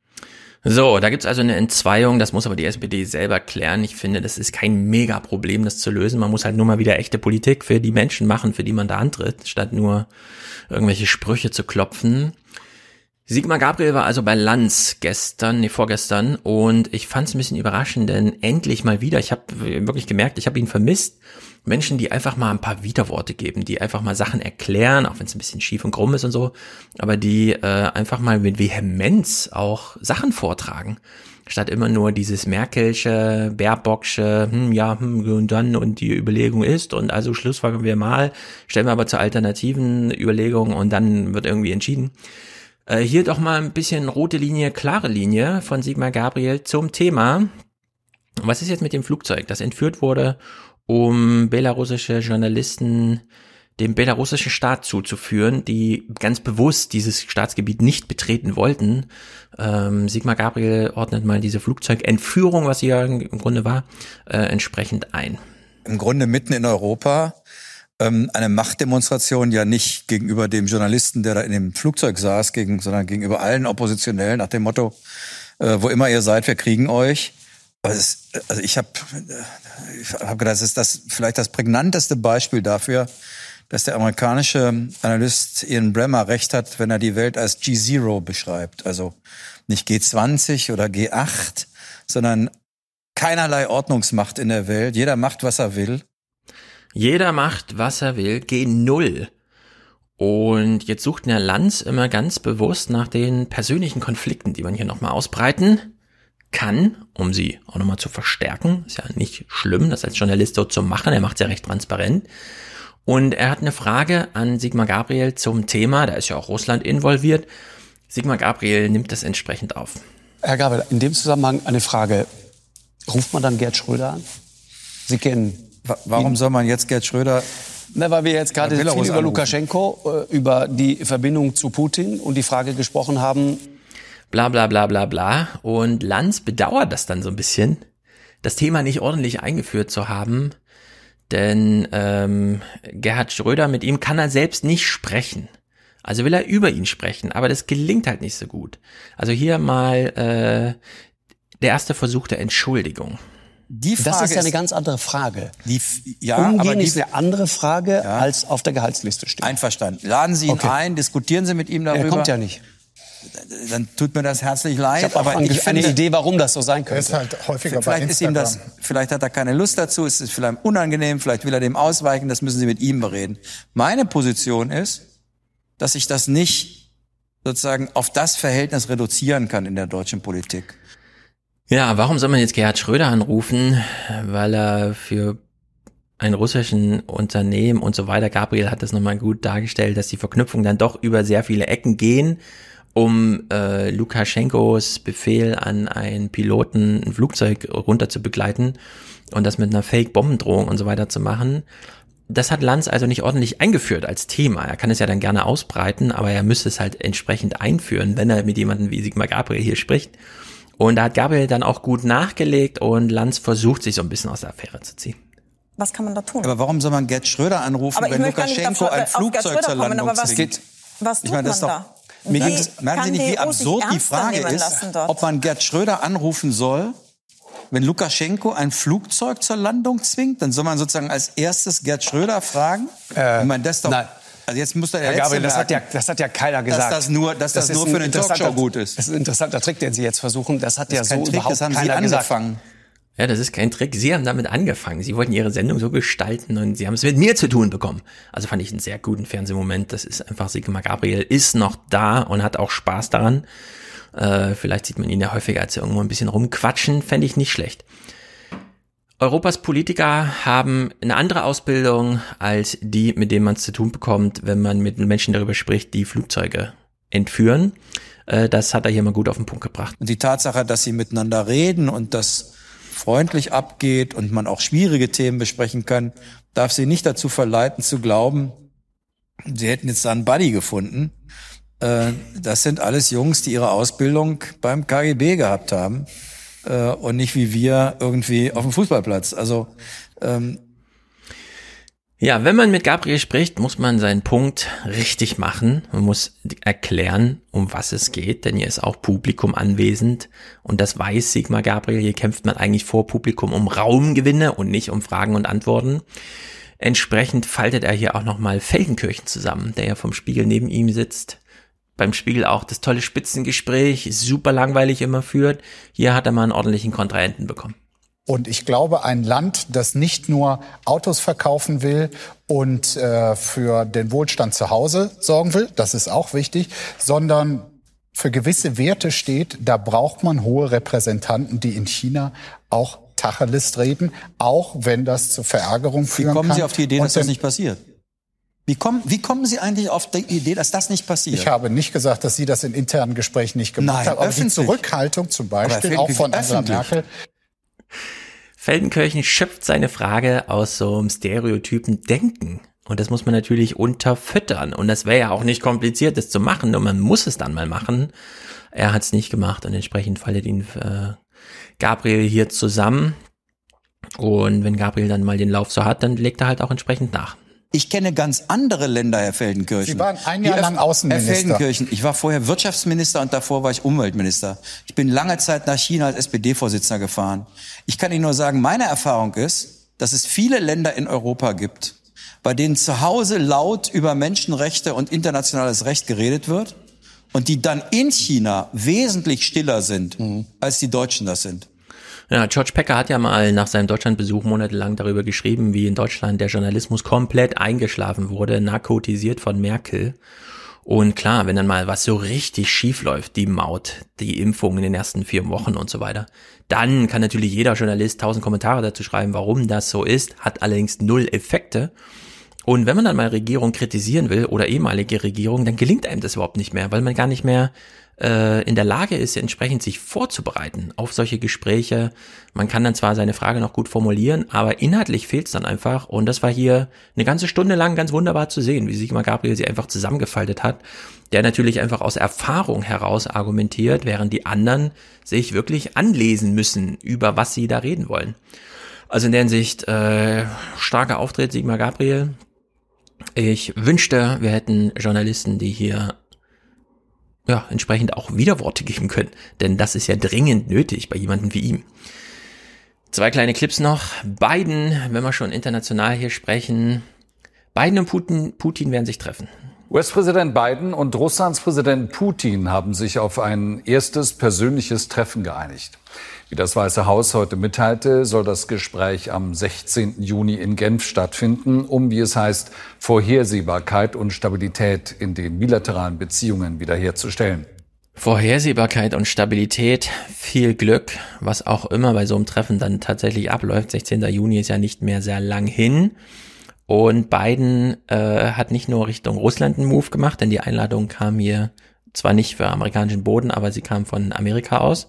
So, da gibt's also eine Entzweiung, das muss aber die S P D selber klären. Ich finde, das ist kein Mega-Problem, das zu lösen. Man muss halt nur mal wieder echte Politik für die Menschen machen, für die man da antritt, statt nur irgendwelche Sprüche zu klopfen. Sigmar Gabriel war also bei Lanz gestern, nee, vorgestern, und ich fand es ein bisschen überraschend, denn endlich mal wieder, ich habe wirklich gemerkt, ich habe ihn vermisst, Menschen, die einfach mal ein paar Widerworte geben, die einfach mal Sachen erklären, auch wenn es ein bisschen schief und krumm ist und so, aber die äh, einfach mal mit Vehemenz auch Sachen vortragen, statt immer nur dieses Merkelsche, Baerbocksche, hm, ja, hm, und dann und die Überlegung ist und also schlussfolgern wir mal, stellen wir aber zur alternativen Überlegung und dann wird irgendwie entschieden. Äh, hier doch mal ein bisschen rote Linie, klare Linie von Sigmar Gabriel zum Thema, was ist jetzt mit dem Flugzeug, das entführt wurde, um belarussische Journalisten dem belarussischen Staat zuzuführen, die ganz bewusst dieses Staatsgebiet nicht betreten wollten. Ähm, Sigmar Gabriel ordnet mal diese Flugzeugentführung, was sie ja im Grunde war, äh, entsprechend ein. Im Grunde mitten in Europa, ähm, eine Machtdemonstration ja nicht gegenüber dem Journalisten, der da in dem Flugzeug saß, gegen, sondern gegenüber allen Oppositionellen nach dem Motto, äh, wo immer ihr seid, wir kriegen euch. Also ich habe ich hab gedacht, das ist das vielleicht das prägnanteste Beispiel dafür, dass der amerikanische Analyst Ian Bremmer recht hat, wenn er die Welt als G Zero beschreibt. Also nicht G zwanzig oder G acht, sondern keinerlei Ordnungsmacht in der Welt. Jeder macht, was er will. Jeder macht, was er will. G null. Und jetzt sucht der Lanz immer ganz bewusst nach den persönlichen Konflikten, die man hier nochmal ausbreiten kann, um sie auch nochmal zu verstärken. Ist ja nicht schlimm, das als Journalist so zu machen. Er macht es ja recht transparent. Und er hat eine Frage an Sigmar Gabriel zum Thema. Da ist ja auch Russland involviert. Sigmar Gabriel nimmt das entsprechend auf. Herr Gabriel, in dem Zusammenhang eine Frage. Ruft man dann Gerd Schröder an? Sie kennen Warum ihn. Soll man jetzt Gerd Schröder... Na, weil wir jetzt gerade viel über anrufen. Lukaschenko, äh, über die Verbindung zu Putin und die Frage gesprochen haben... Bla bla bla bla bla. Und Lanz bedauert das dann so ein bisschen, das Thema nicht ordentlich eingeführt zu haben. Denn ähm, Gerhard Schröder, mit ihm kann er selbst nicht sprechen. Also will er über ihn sprechen, aber das gelingt halt nicht so gut. Also hier mal äh, der erste Versuch der Entschuldigung. Die Frage das ist ja eine ganz andere Frage. Die, ja, Umgehen aber die, ist eine andere Frage, ja, als auf der Gehaltsliste steht. Einverstanden. Laden Sie ihn okay. ein, diskutieren Sie mit ihm darüber. Er kommt ja nicht. Dann tut mir das herzlich leid. Ich habe aber ich finde, eine Idee, warum das so sein könnte. Er ist halt häufiger vielleicht bei ist ihm das, vielleicht hat er keine Lust dazu, es ist vielleicht unangenehm, vielleicht will er dem ausweichen, das müssen Sie mit ihm bereden. Meine Position ist, dass ich das nicht sozusagen auf das Verhältnis reduzieren kann in der deutschen Politik. Ja, warum soll man jetzt Gerhard Schröder anrufen? Weil er für ein russischen Unternehmen und so weiter, Gabriel hat das nochmal gut dargestellt, dass die Verknüpfungen dann doch über sehr viele Ecken gehen, um äh, Lukaschenkos Befehl an einen Piloten ein Flugzeug runter zu begleiten und das mit einer Fake-Bombendrohung und so weiter zu machen. Das hat Lanz also nicht ordentlich eingeführt als Thema. Er kann es ja dann gerne ausbreiten, aber er müsste es halt entsprechend einführen, wenn er mit jemandem wie Sigmar Gabriel hier spricht. Und da hat Gabriel dann auch gut nachgelegt und Lanz versucht, sich so ein bisschen aus der Affäre zu ziehen. Was kann man da tun? Aber warum soll man Gerd Schröder anrufen, aber wenn Lukaschenko ein Flugzeug zur Landung kommen, zwingt? Was tut ich meine, das man doch, da? Mir ging es, merken Sie nicht, wie absurd die Frage ist, ob man Gerd Schröder anrufen soll, wenn Lukaschenko ein Flugzeug zur Landung zwingt? Dann soll man sozusagen als erstes Gerd Schröder fragen? Äh, ich meine, das doch, nein. Also jetzt muss der Herr Gabriel, das hat ja, das hat ja keiner gesagt. Dass das nur, dass das, das nur für eine Talkshow gut ist. Das ist ein interessanter Trick, den Sie jetzt versuchen. Das hat das ja so Trick, überhaupt das haben keiner Sie angefangen. Gesagt. Ja, das ist kein Trick. Sie haben damit angefangen. Sie wollten Ihre Sendung so gestalten und Sie haben es mit mir zu tun bekommen. Also fand ich einen sehr guten Fernsehmoment. Das ist einfach, Sigmar Gabriel ist noch da und hat auch Spaß daran. Äh, vielleicht sieht man ihn ja häufiger, als er irgendwo ein bisschen rumquatschen. Fände ich nicht schlecht. Europas Politiker haben eine andere Ausbildung als die, mit denen man es zu tun bekommt, wenn man mit Menschen darüber spricht, die Flugzeuge entführen. Das hat er hier mal gut auf den Punkt gebracht. Und die Tatsache, dass sie miteinander reden und das freundlich abgeht und man auch schwierige Themen besprechen kann, darf sie nicht dazu verleiten zu glauben, sie hätten jetzt da einen Buddy gefunden. Das sind alles Jungs, die ihre Ausbildung beim K G B gehabt haben. Und nicht wie wir irgendwie auf dem Fußballplatz. Also ähm ja, wenn man mit Gabriel spricht, muss man seinen Punkt richtig machen. Man muss erklären, um was es geht, denn hier ist auch Publikum anwesend. Und das weiß Sigmar Gabriel. Hier kämpft man eigentlich vor Publikum um Raumgewinne und nicht um Fragen und Antworten. Entsprechend faltet er hier auch nochmal Feldenkirchen zusammen, der ja vom Spiegel neben ihm sitzt. Beim Spiegel auch das tolle Spitzengespräch, super langweilig immer führt. Hier hat er mal einen ordentlichen Kontrahenten bekommen. Und ich glaube, ein Land, das nicht nur Autos verkaufen will und äh, für den Wohlstand zu Hause sorgen will, das ist auch wichtig, sondern für gewisse Werte steht, da braucht man hohe Repräsentanten, die in China auch Tacheles reden, auch wenn das zur Verärgerung führen kann. Wie kommen Sie auf die Idee, dass das nicht passiert? Wie kommen, wie kommen Sie eigentlich auf die Idee, dass das nicht passiert? Ich habe nicht gesagt, dass Sie das in internen Gesprächen nicht gemacht Nein, haben. Aber öffentlich. die Zurückhaltung zum Beispiel auch von Angela Merkel. Feldenkirchen schöpft seine Frage aus so einem stereotypen Denken. Und das muss man natürlich unterfüttern. Und das wäre ja auch nicht kompliziert, das zu machen. Nur man muss es dann mal machen. Er hat es nicht gemacht und entsprechend faltet ihn äh, Gabriel hier zusammen. Und wenn Gabriel dann mal den Lauf so hat, dann legt er halt auch entsprechend nach. Ich kenne ganz andere Länder, Herr Feldenkirchen. Sie waren ein Jahr lang Außenminister. Herr Feldenkirchen, ich war vorher Wirtschaftsminister und davor war ich Umweltminister. Ich bin lange Zeit nach China als S P D-Vorsitzender gefahren. Ich kann Ihnen nur sagen, meine Erfahrung ist, dass es viele Länder in Europa gibt, bei denen zu Hause laut über Menschenrechte und internationales Recht geredet wird und die dann in China wesentlich stiller sind, mhm. als die Deutschen das sind. Ja, George Packer hat ja mal nach seinem Deutschlandbesuch monatelang darüber geschrieben, wie in Deutschland der Journalismus komplett eingeschlafen wurde, narkotisiert von Merkel. Und klar, wenn dann mal was so richtig schief läuft, die Maut, die Impfung in den ersten vier Wochen und so weiter, dann kann natürlich jeder Journalist tausend Kommentare dazu schreiben, warum das so ist, hat allerdings null Effekte. Und wenn man dann mal Regierung kritisieren will oder ehemalige Regierung, dann gelingt einem das überhaupt nicht mehr, weil man gar nicht mehr äh, in der Lage ist, entsprechend sich vorzubereiten auf solche Gespräche. Man kann dann zwar seine Frage noch gut formulieren, aber inhaltlich fehlt es dann einfach. Und das war hier eine ganze Stunde lang ganz wunderbar zu sehen, wie Sigmar Gabriel sie einfach zusammengefaltet hat, der natürlich einfach aus Erfahrung heraus argumentiert, während die anderen sich wirklich anlesen müssen, über was sie da reden wollen. Also in der Hinsicht äh, starker Auftritt Sigmar Gabriel. Ich wünschte, wir hätten Journalisten, die hier ja entsprechend auch Widerworte geben können, denn das ist ja dringend nötig bei jemandem wie ihm. Zwei kleine Clips noch. Biden, wenn wir schon international hier sprechen, Biden und Putin, Putin werden sich treffen. U S-Präsident Biden und Russlands Präsident Putin haben sich auf ein erstes persönliches Treffen geeinigt. Wie das Weiße Haus heute mitteilte, soll das Gespräch am sechzehnten Juni in Genf stattfinden, um, wie es heißt, Vorhersehbarkeit und Stabilität in den bilateralen Beziehungen wiederherzustellen. Vorhersehbarkeit und Stabilität, viel Glück, was auch immer bei so einem Treffen dann tatsächlich abläuft. sechzehnten Juni ist ja nicht mehr sehr lang hin. Und Biden äh, hat nicht nur Richtung Russland einen Move gemacht, denn die Einladung kam hier zwar nicht für amerikanischen Boden, aber sie kam von Amerika aus.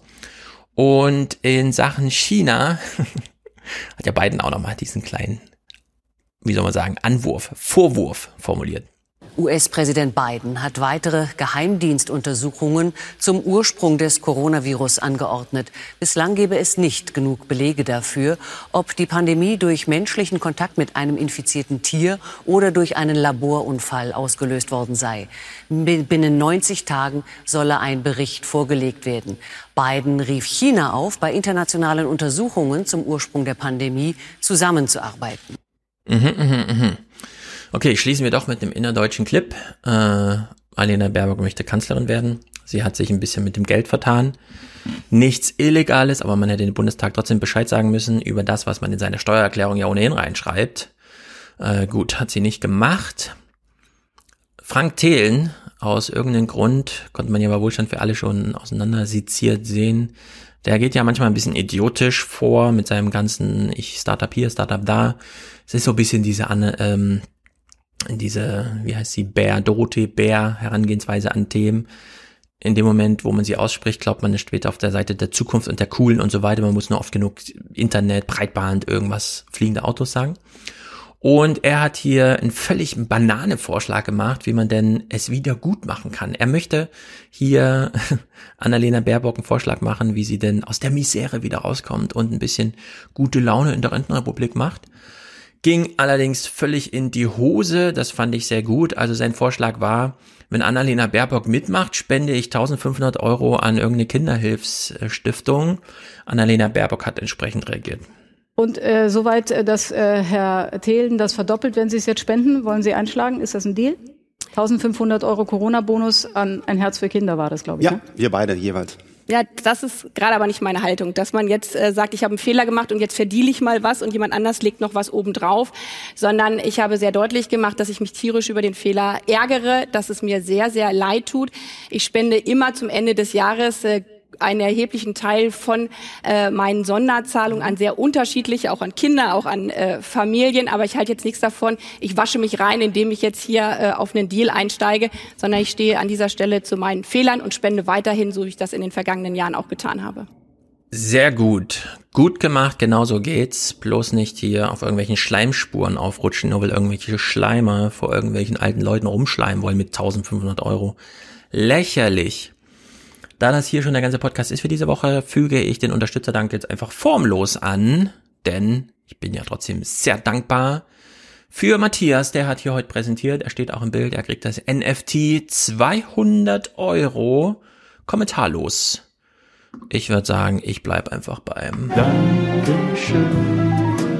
Und in Sachen China hat ja Biden auch nochmal diesen kleinen, wie soll man sagen, Anwurf, Vorwurf formuliert. U S-Präsident Biden hat weitere Geheimdienstuntersuchungen zum Ursprung des Coronavirus angeordnet. Bislang gebe es nicht genug Belege dafür, ob die Pandemie durch menschlichen Kontakt mit einem infizierten Tier oder durch einen Laborunfall ausgelöst worden sei. Binnen neunzig Tagen solle ein Bericht vorgelegt werden. Biden rief China auf, bei internationalen Untersuchungen zum Ursprung der Pandemie zusammenzuarbeiten. Mhm, mhm, mhm. Okay, schließen wir doch mit einem innerdeutschen Clip. Äh, Annalena Baerbock möchte Kanzlerin werden. Sie hat sich ein bisschen mit dem Geld vertan. Nichts Illegales, aber man hätte dem Bundestag trotzdem Bescheid sagen müssen über das, was man in seine Steuererklärung ja ohnehin reinschreibt. Äh, gut, hat sie nicht gemacht. Frank Thelen, aus irgendeinem Grund, konnte man ja bei Wohlstand für alle schon auseinander seziert sehen, der geht ja manchmal ein bisschen idiotisch vor mit seinem ganzen ich Startup hier, Startup da. Es ist so ein bisschen diese ähm, diese, wie heißt sie, Bär, Dorothee Bär Herangehensweise an Themen. In dem Moment, wo man sie ausspricht, glaubt man, es steht auf der Seite der Zukunft und der Coolen und so weiter. Man muss nur oft genug Internet, Breitband, irgendwas, fliegende Autos sagen. Und er hat hier einen völlig Banane-Vorschlag gemacht, wie man denn es wieder gut machen kann. Er möchte hier Annalena Baerbock einen Vorschlag machen, wie sie denn aus der Misere wieder rauskommt und ein bisschen gute Laune in der Rentenrepublik macht. Ging allerdings völlig in die Hose, das fand ich sehr gut. Also sein Vorschlag war, wenn Annalena Baerbock mitmacht, spende ich eintausendfünfhundert Euro an irgendeine Kinderhilfsstiftung. Annalena Baerbock hat entsprechend reagiert. Und äh, soweit, dass äh, Herr Thelen das verdoppelt, wenn Sie es jetzt spenden, wollen Sie einschlagen? Ist das ein Deal? eintausendfünfhundert Euro Corona-Bonus an ein Herz für Kinder war das, glaube ich. Ja, ne? wir beide jeweils. Ja, das ist gerade aber nicht meine Haltung, dass man jetzt äh, sagt, ich habe einen Fehler gemacht und jetzt verdiele ich mal was und jemand anders legt noch was obendrauf, sondern ich habe sehr deutlich gemacht, dass ich mich tierisch über den Fehler ärgere, dass es mir sehr, sehr leid tut. Ich spende immer zum Ende des Jahres äh, einen erheblichen Teil von äh, meinen Sonderzahlungen an sehr unterschiedliche, auch an Kinder, auch an äh, Familien. Aber ich halte jetzt nichts davon, ich wasche mich rein, indem ich jetzt hier äh, auf einen Deal einsteige, sondern ich stehe an dieser Stelle zu meinen Fehlern und spende weiterhin, so wie ich das in den vergangenen Jahren auch getan habe. Sehr gut. Gut gemacht, genau so geht's. Bloß nicht hier auf irgendwelchen Schleimspuren aufrutschen, nur weil irgendwelche Schleimer vor irgendwelchen alten Leuten rumschleimen wollen mit eintausendfünfhundert Euro. Lächerlich. Da das hier schon der ganze Podcast ist für diese Woche, füge ich den Unterstützerdank jetzt einfach formlos an, denn ich bin ja trotzdem sehr dankbar Für Matthias, der hat hier heute präsentiert, er steht auch im Bild, er kriegt das N F T zweihundert Euro kommentarlos. Ich würde sagen, ich bleib einfach beim Dankeschön.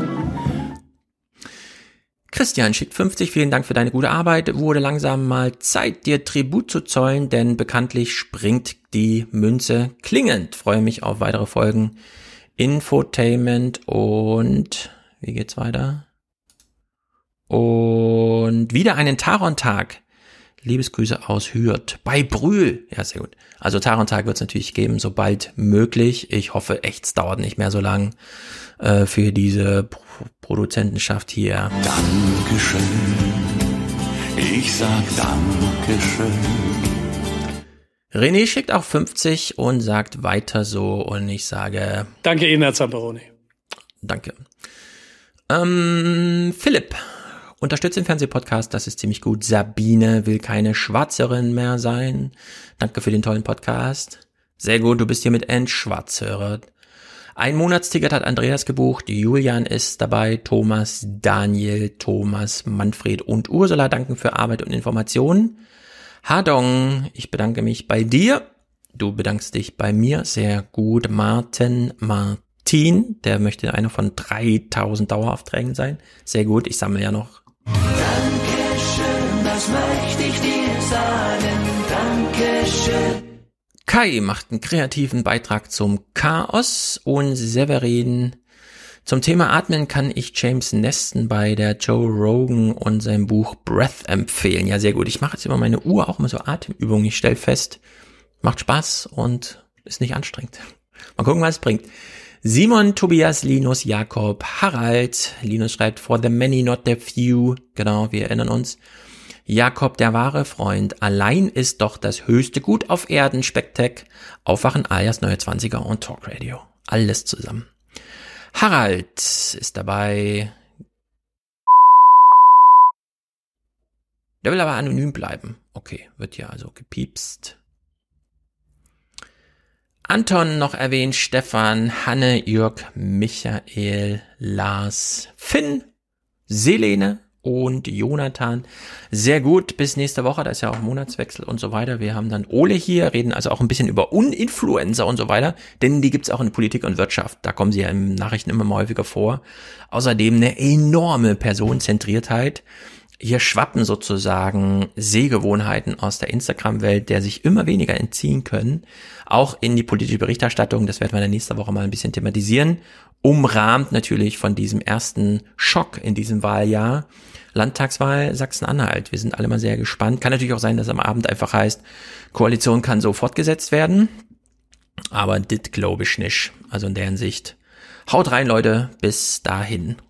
Christian schickt fünfzig, vielen Dank für deine gute Arbeit. Wurde langsam mal Zeit, dir Tribut zu zollen, denn bekanntlich springt die Münze klingend. Freue mich auf weitere Folgen. Infotainment und wie geht's weiter? Und wieder einen Taron-Tag. Liebesgrüße aus Hürth. Bei Brühl. Ja, sehr gut. Also Taron-Tag wird es natürlich geben, sobald möglich. Ich hoffe echt, es dauert nicht mehr so lang äh, für diese Pro- Produzentenschaft hier. Dankeschön. Ich sag Dankeschön. René schickt auch fünfzig und sagt weiter so und ich sage... Danke Ihnen, Herr Zamperoni. Danke. Ähm, Philipp unterstützt den Fernsehpodcast, das ist ziemlich gut. Sabine will keine Schwarzerin mehr sein. Danke für den tollen Podcast. Sehr gut, du bist hier mit entschwarzhöret. Ein Monatsticket hat Andreas gebucht, Julian ist dabei, Thomas, Daniel, Thomas, Manfred und Ursula danken für Arbeit und Informationen. Hadong, ich bedanke mich bei dir. Du bedankst dich bei mir. Sehr gut. Martin, Martin, der möchte einer von dreitausend Daueraufträgen sein. Sehr gut, ich sammle ja noch. Dankeschön, das möchte ich dir sagen. Dankeschön. Kai macht einen kreativen Beitrag zum Chaos und Severin. Zum Thema Atmen kann ich James Neston bei der Joe Rogan und seinem Buch Breath empfehlen. Ja, sehr gut. Ich mache jetzt über meine Uhr auch immer so Atemübungen. Ich stelle fest, macht Spaß und ist nicht anstrengend. Mal gucken, was es bringt. Simon, Tobias, Linus, Jakob, Harald. Linus schreibt, for the many, not the few. Genau, wir erinnern uns. Jakob, der wahre Freund. Allein ist doch das höchste Gut auf Erden. Spektak, Aufwachen, alias Neue Zwanziger und Talkradio. Alles zusammen. Harald ist dabei. Der will aber anonym bleiben. Okay, wird ja also gepiepst. Anton noch erwähnt, Stefan, Hanne, Jörg, Michael, Lars, Finn, Selene und Jonathan. Sehr gut, bis nächste Woche, da ist ja auch Monatswechsel und so weiter. Wir haben dann Ole hier, reden also auch ein bisschen über Uninfluencer und so weiter, denn die gibt's auch in Politik und Wirtschaft. Da kommen sie ja in Nachrichten immer mal häufiger vor. Außerdem eine enorme Personenzentriertheit. Hier schwappen sozusagen Sehgewohnheiten aus der Instagram-Welt, der sich immer weniger entziehen können, auch in die politische Berichterstattung. Das werden wir in der nächsten Woche mal ein bisschen thematisieren. Umrahmt natürlich von diesem ersten Schock in diesem Wahljahr. Landtagswahl Sachsen-Anhalt. Wir sind alle mal sehr gespannt. Kann natürlich auch sein, dass am Abend einfach heißt, Koalition kann so fortgesetzt werden. Aber das glaube ich nicht. Also in der Hinsicht. Haut rein, Leute. Bis dahin.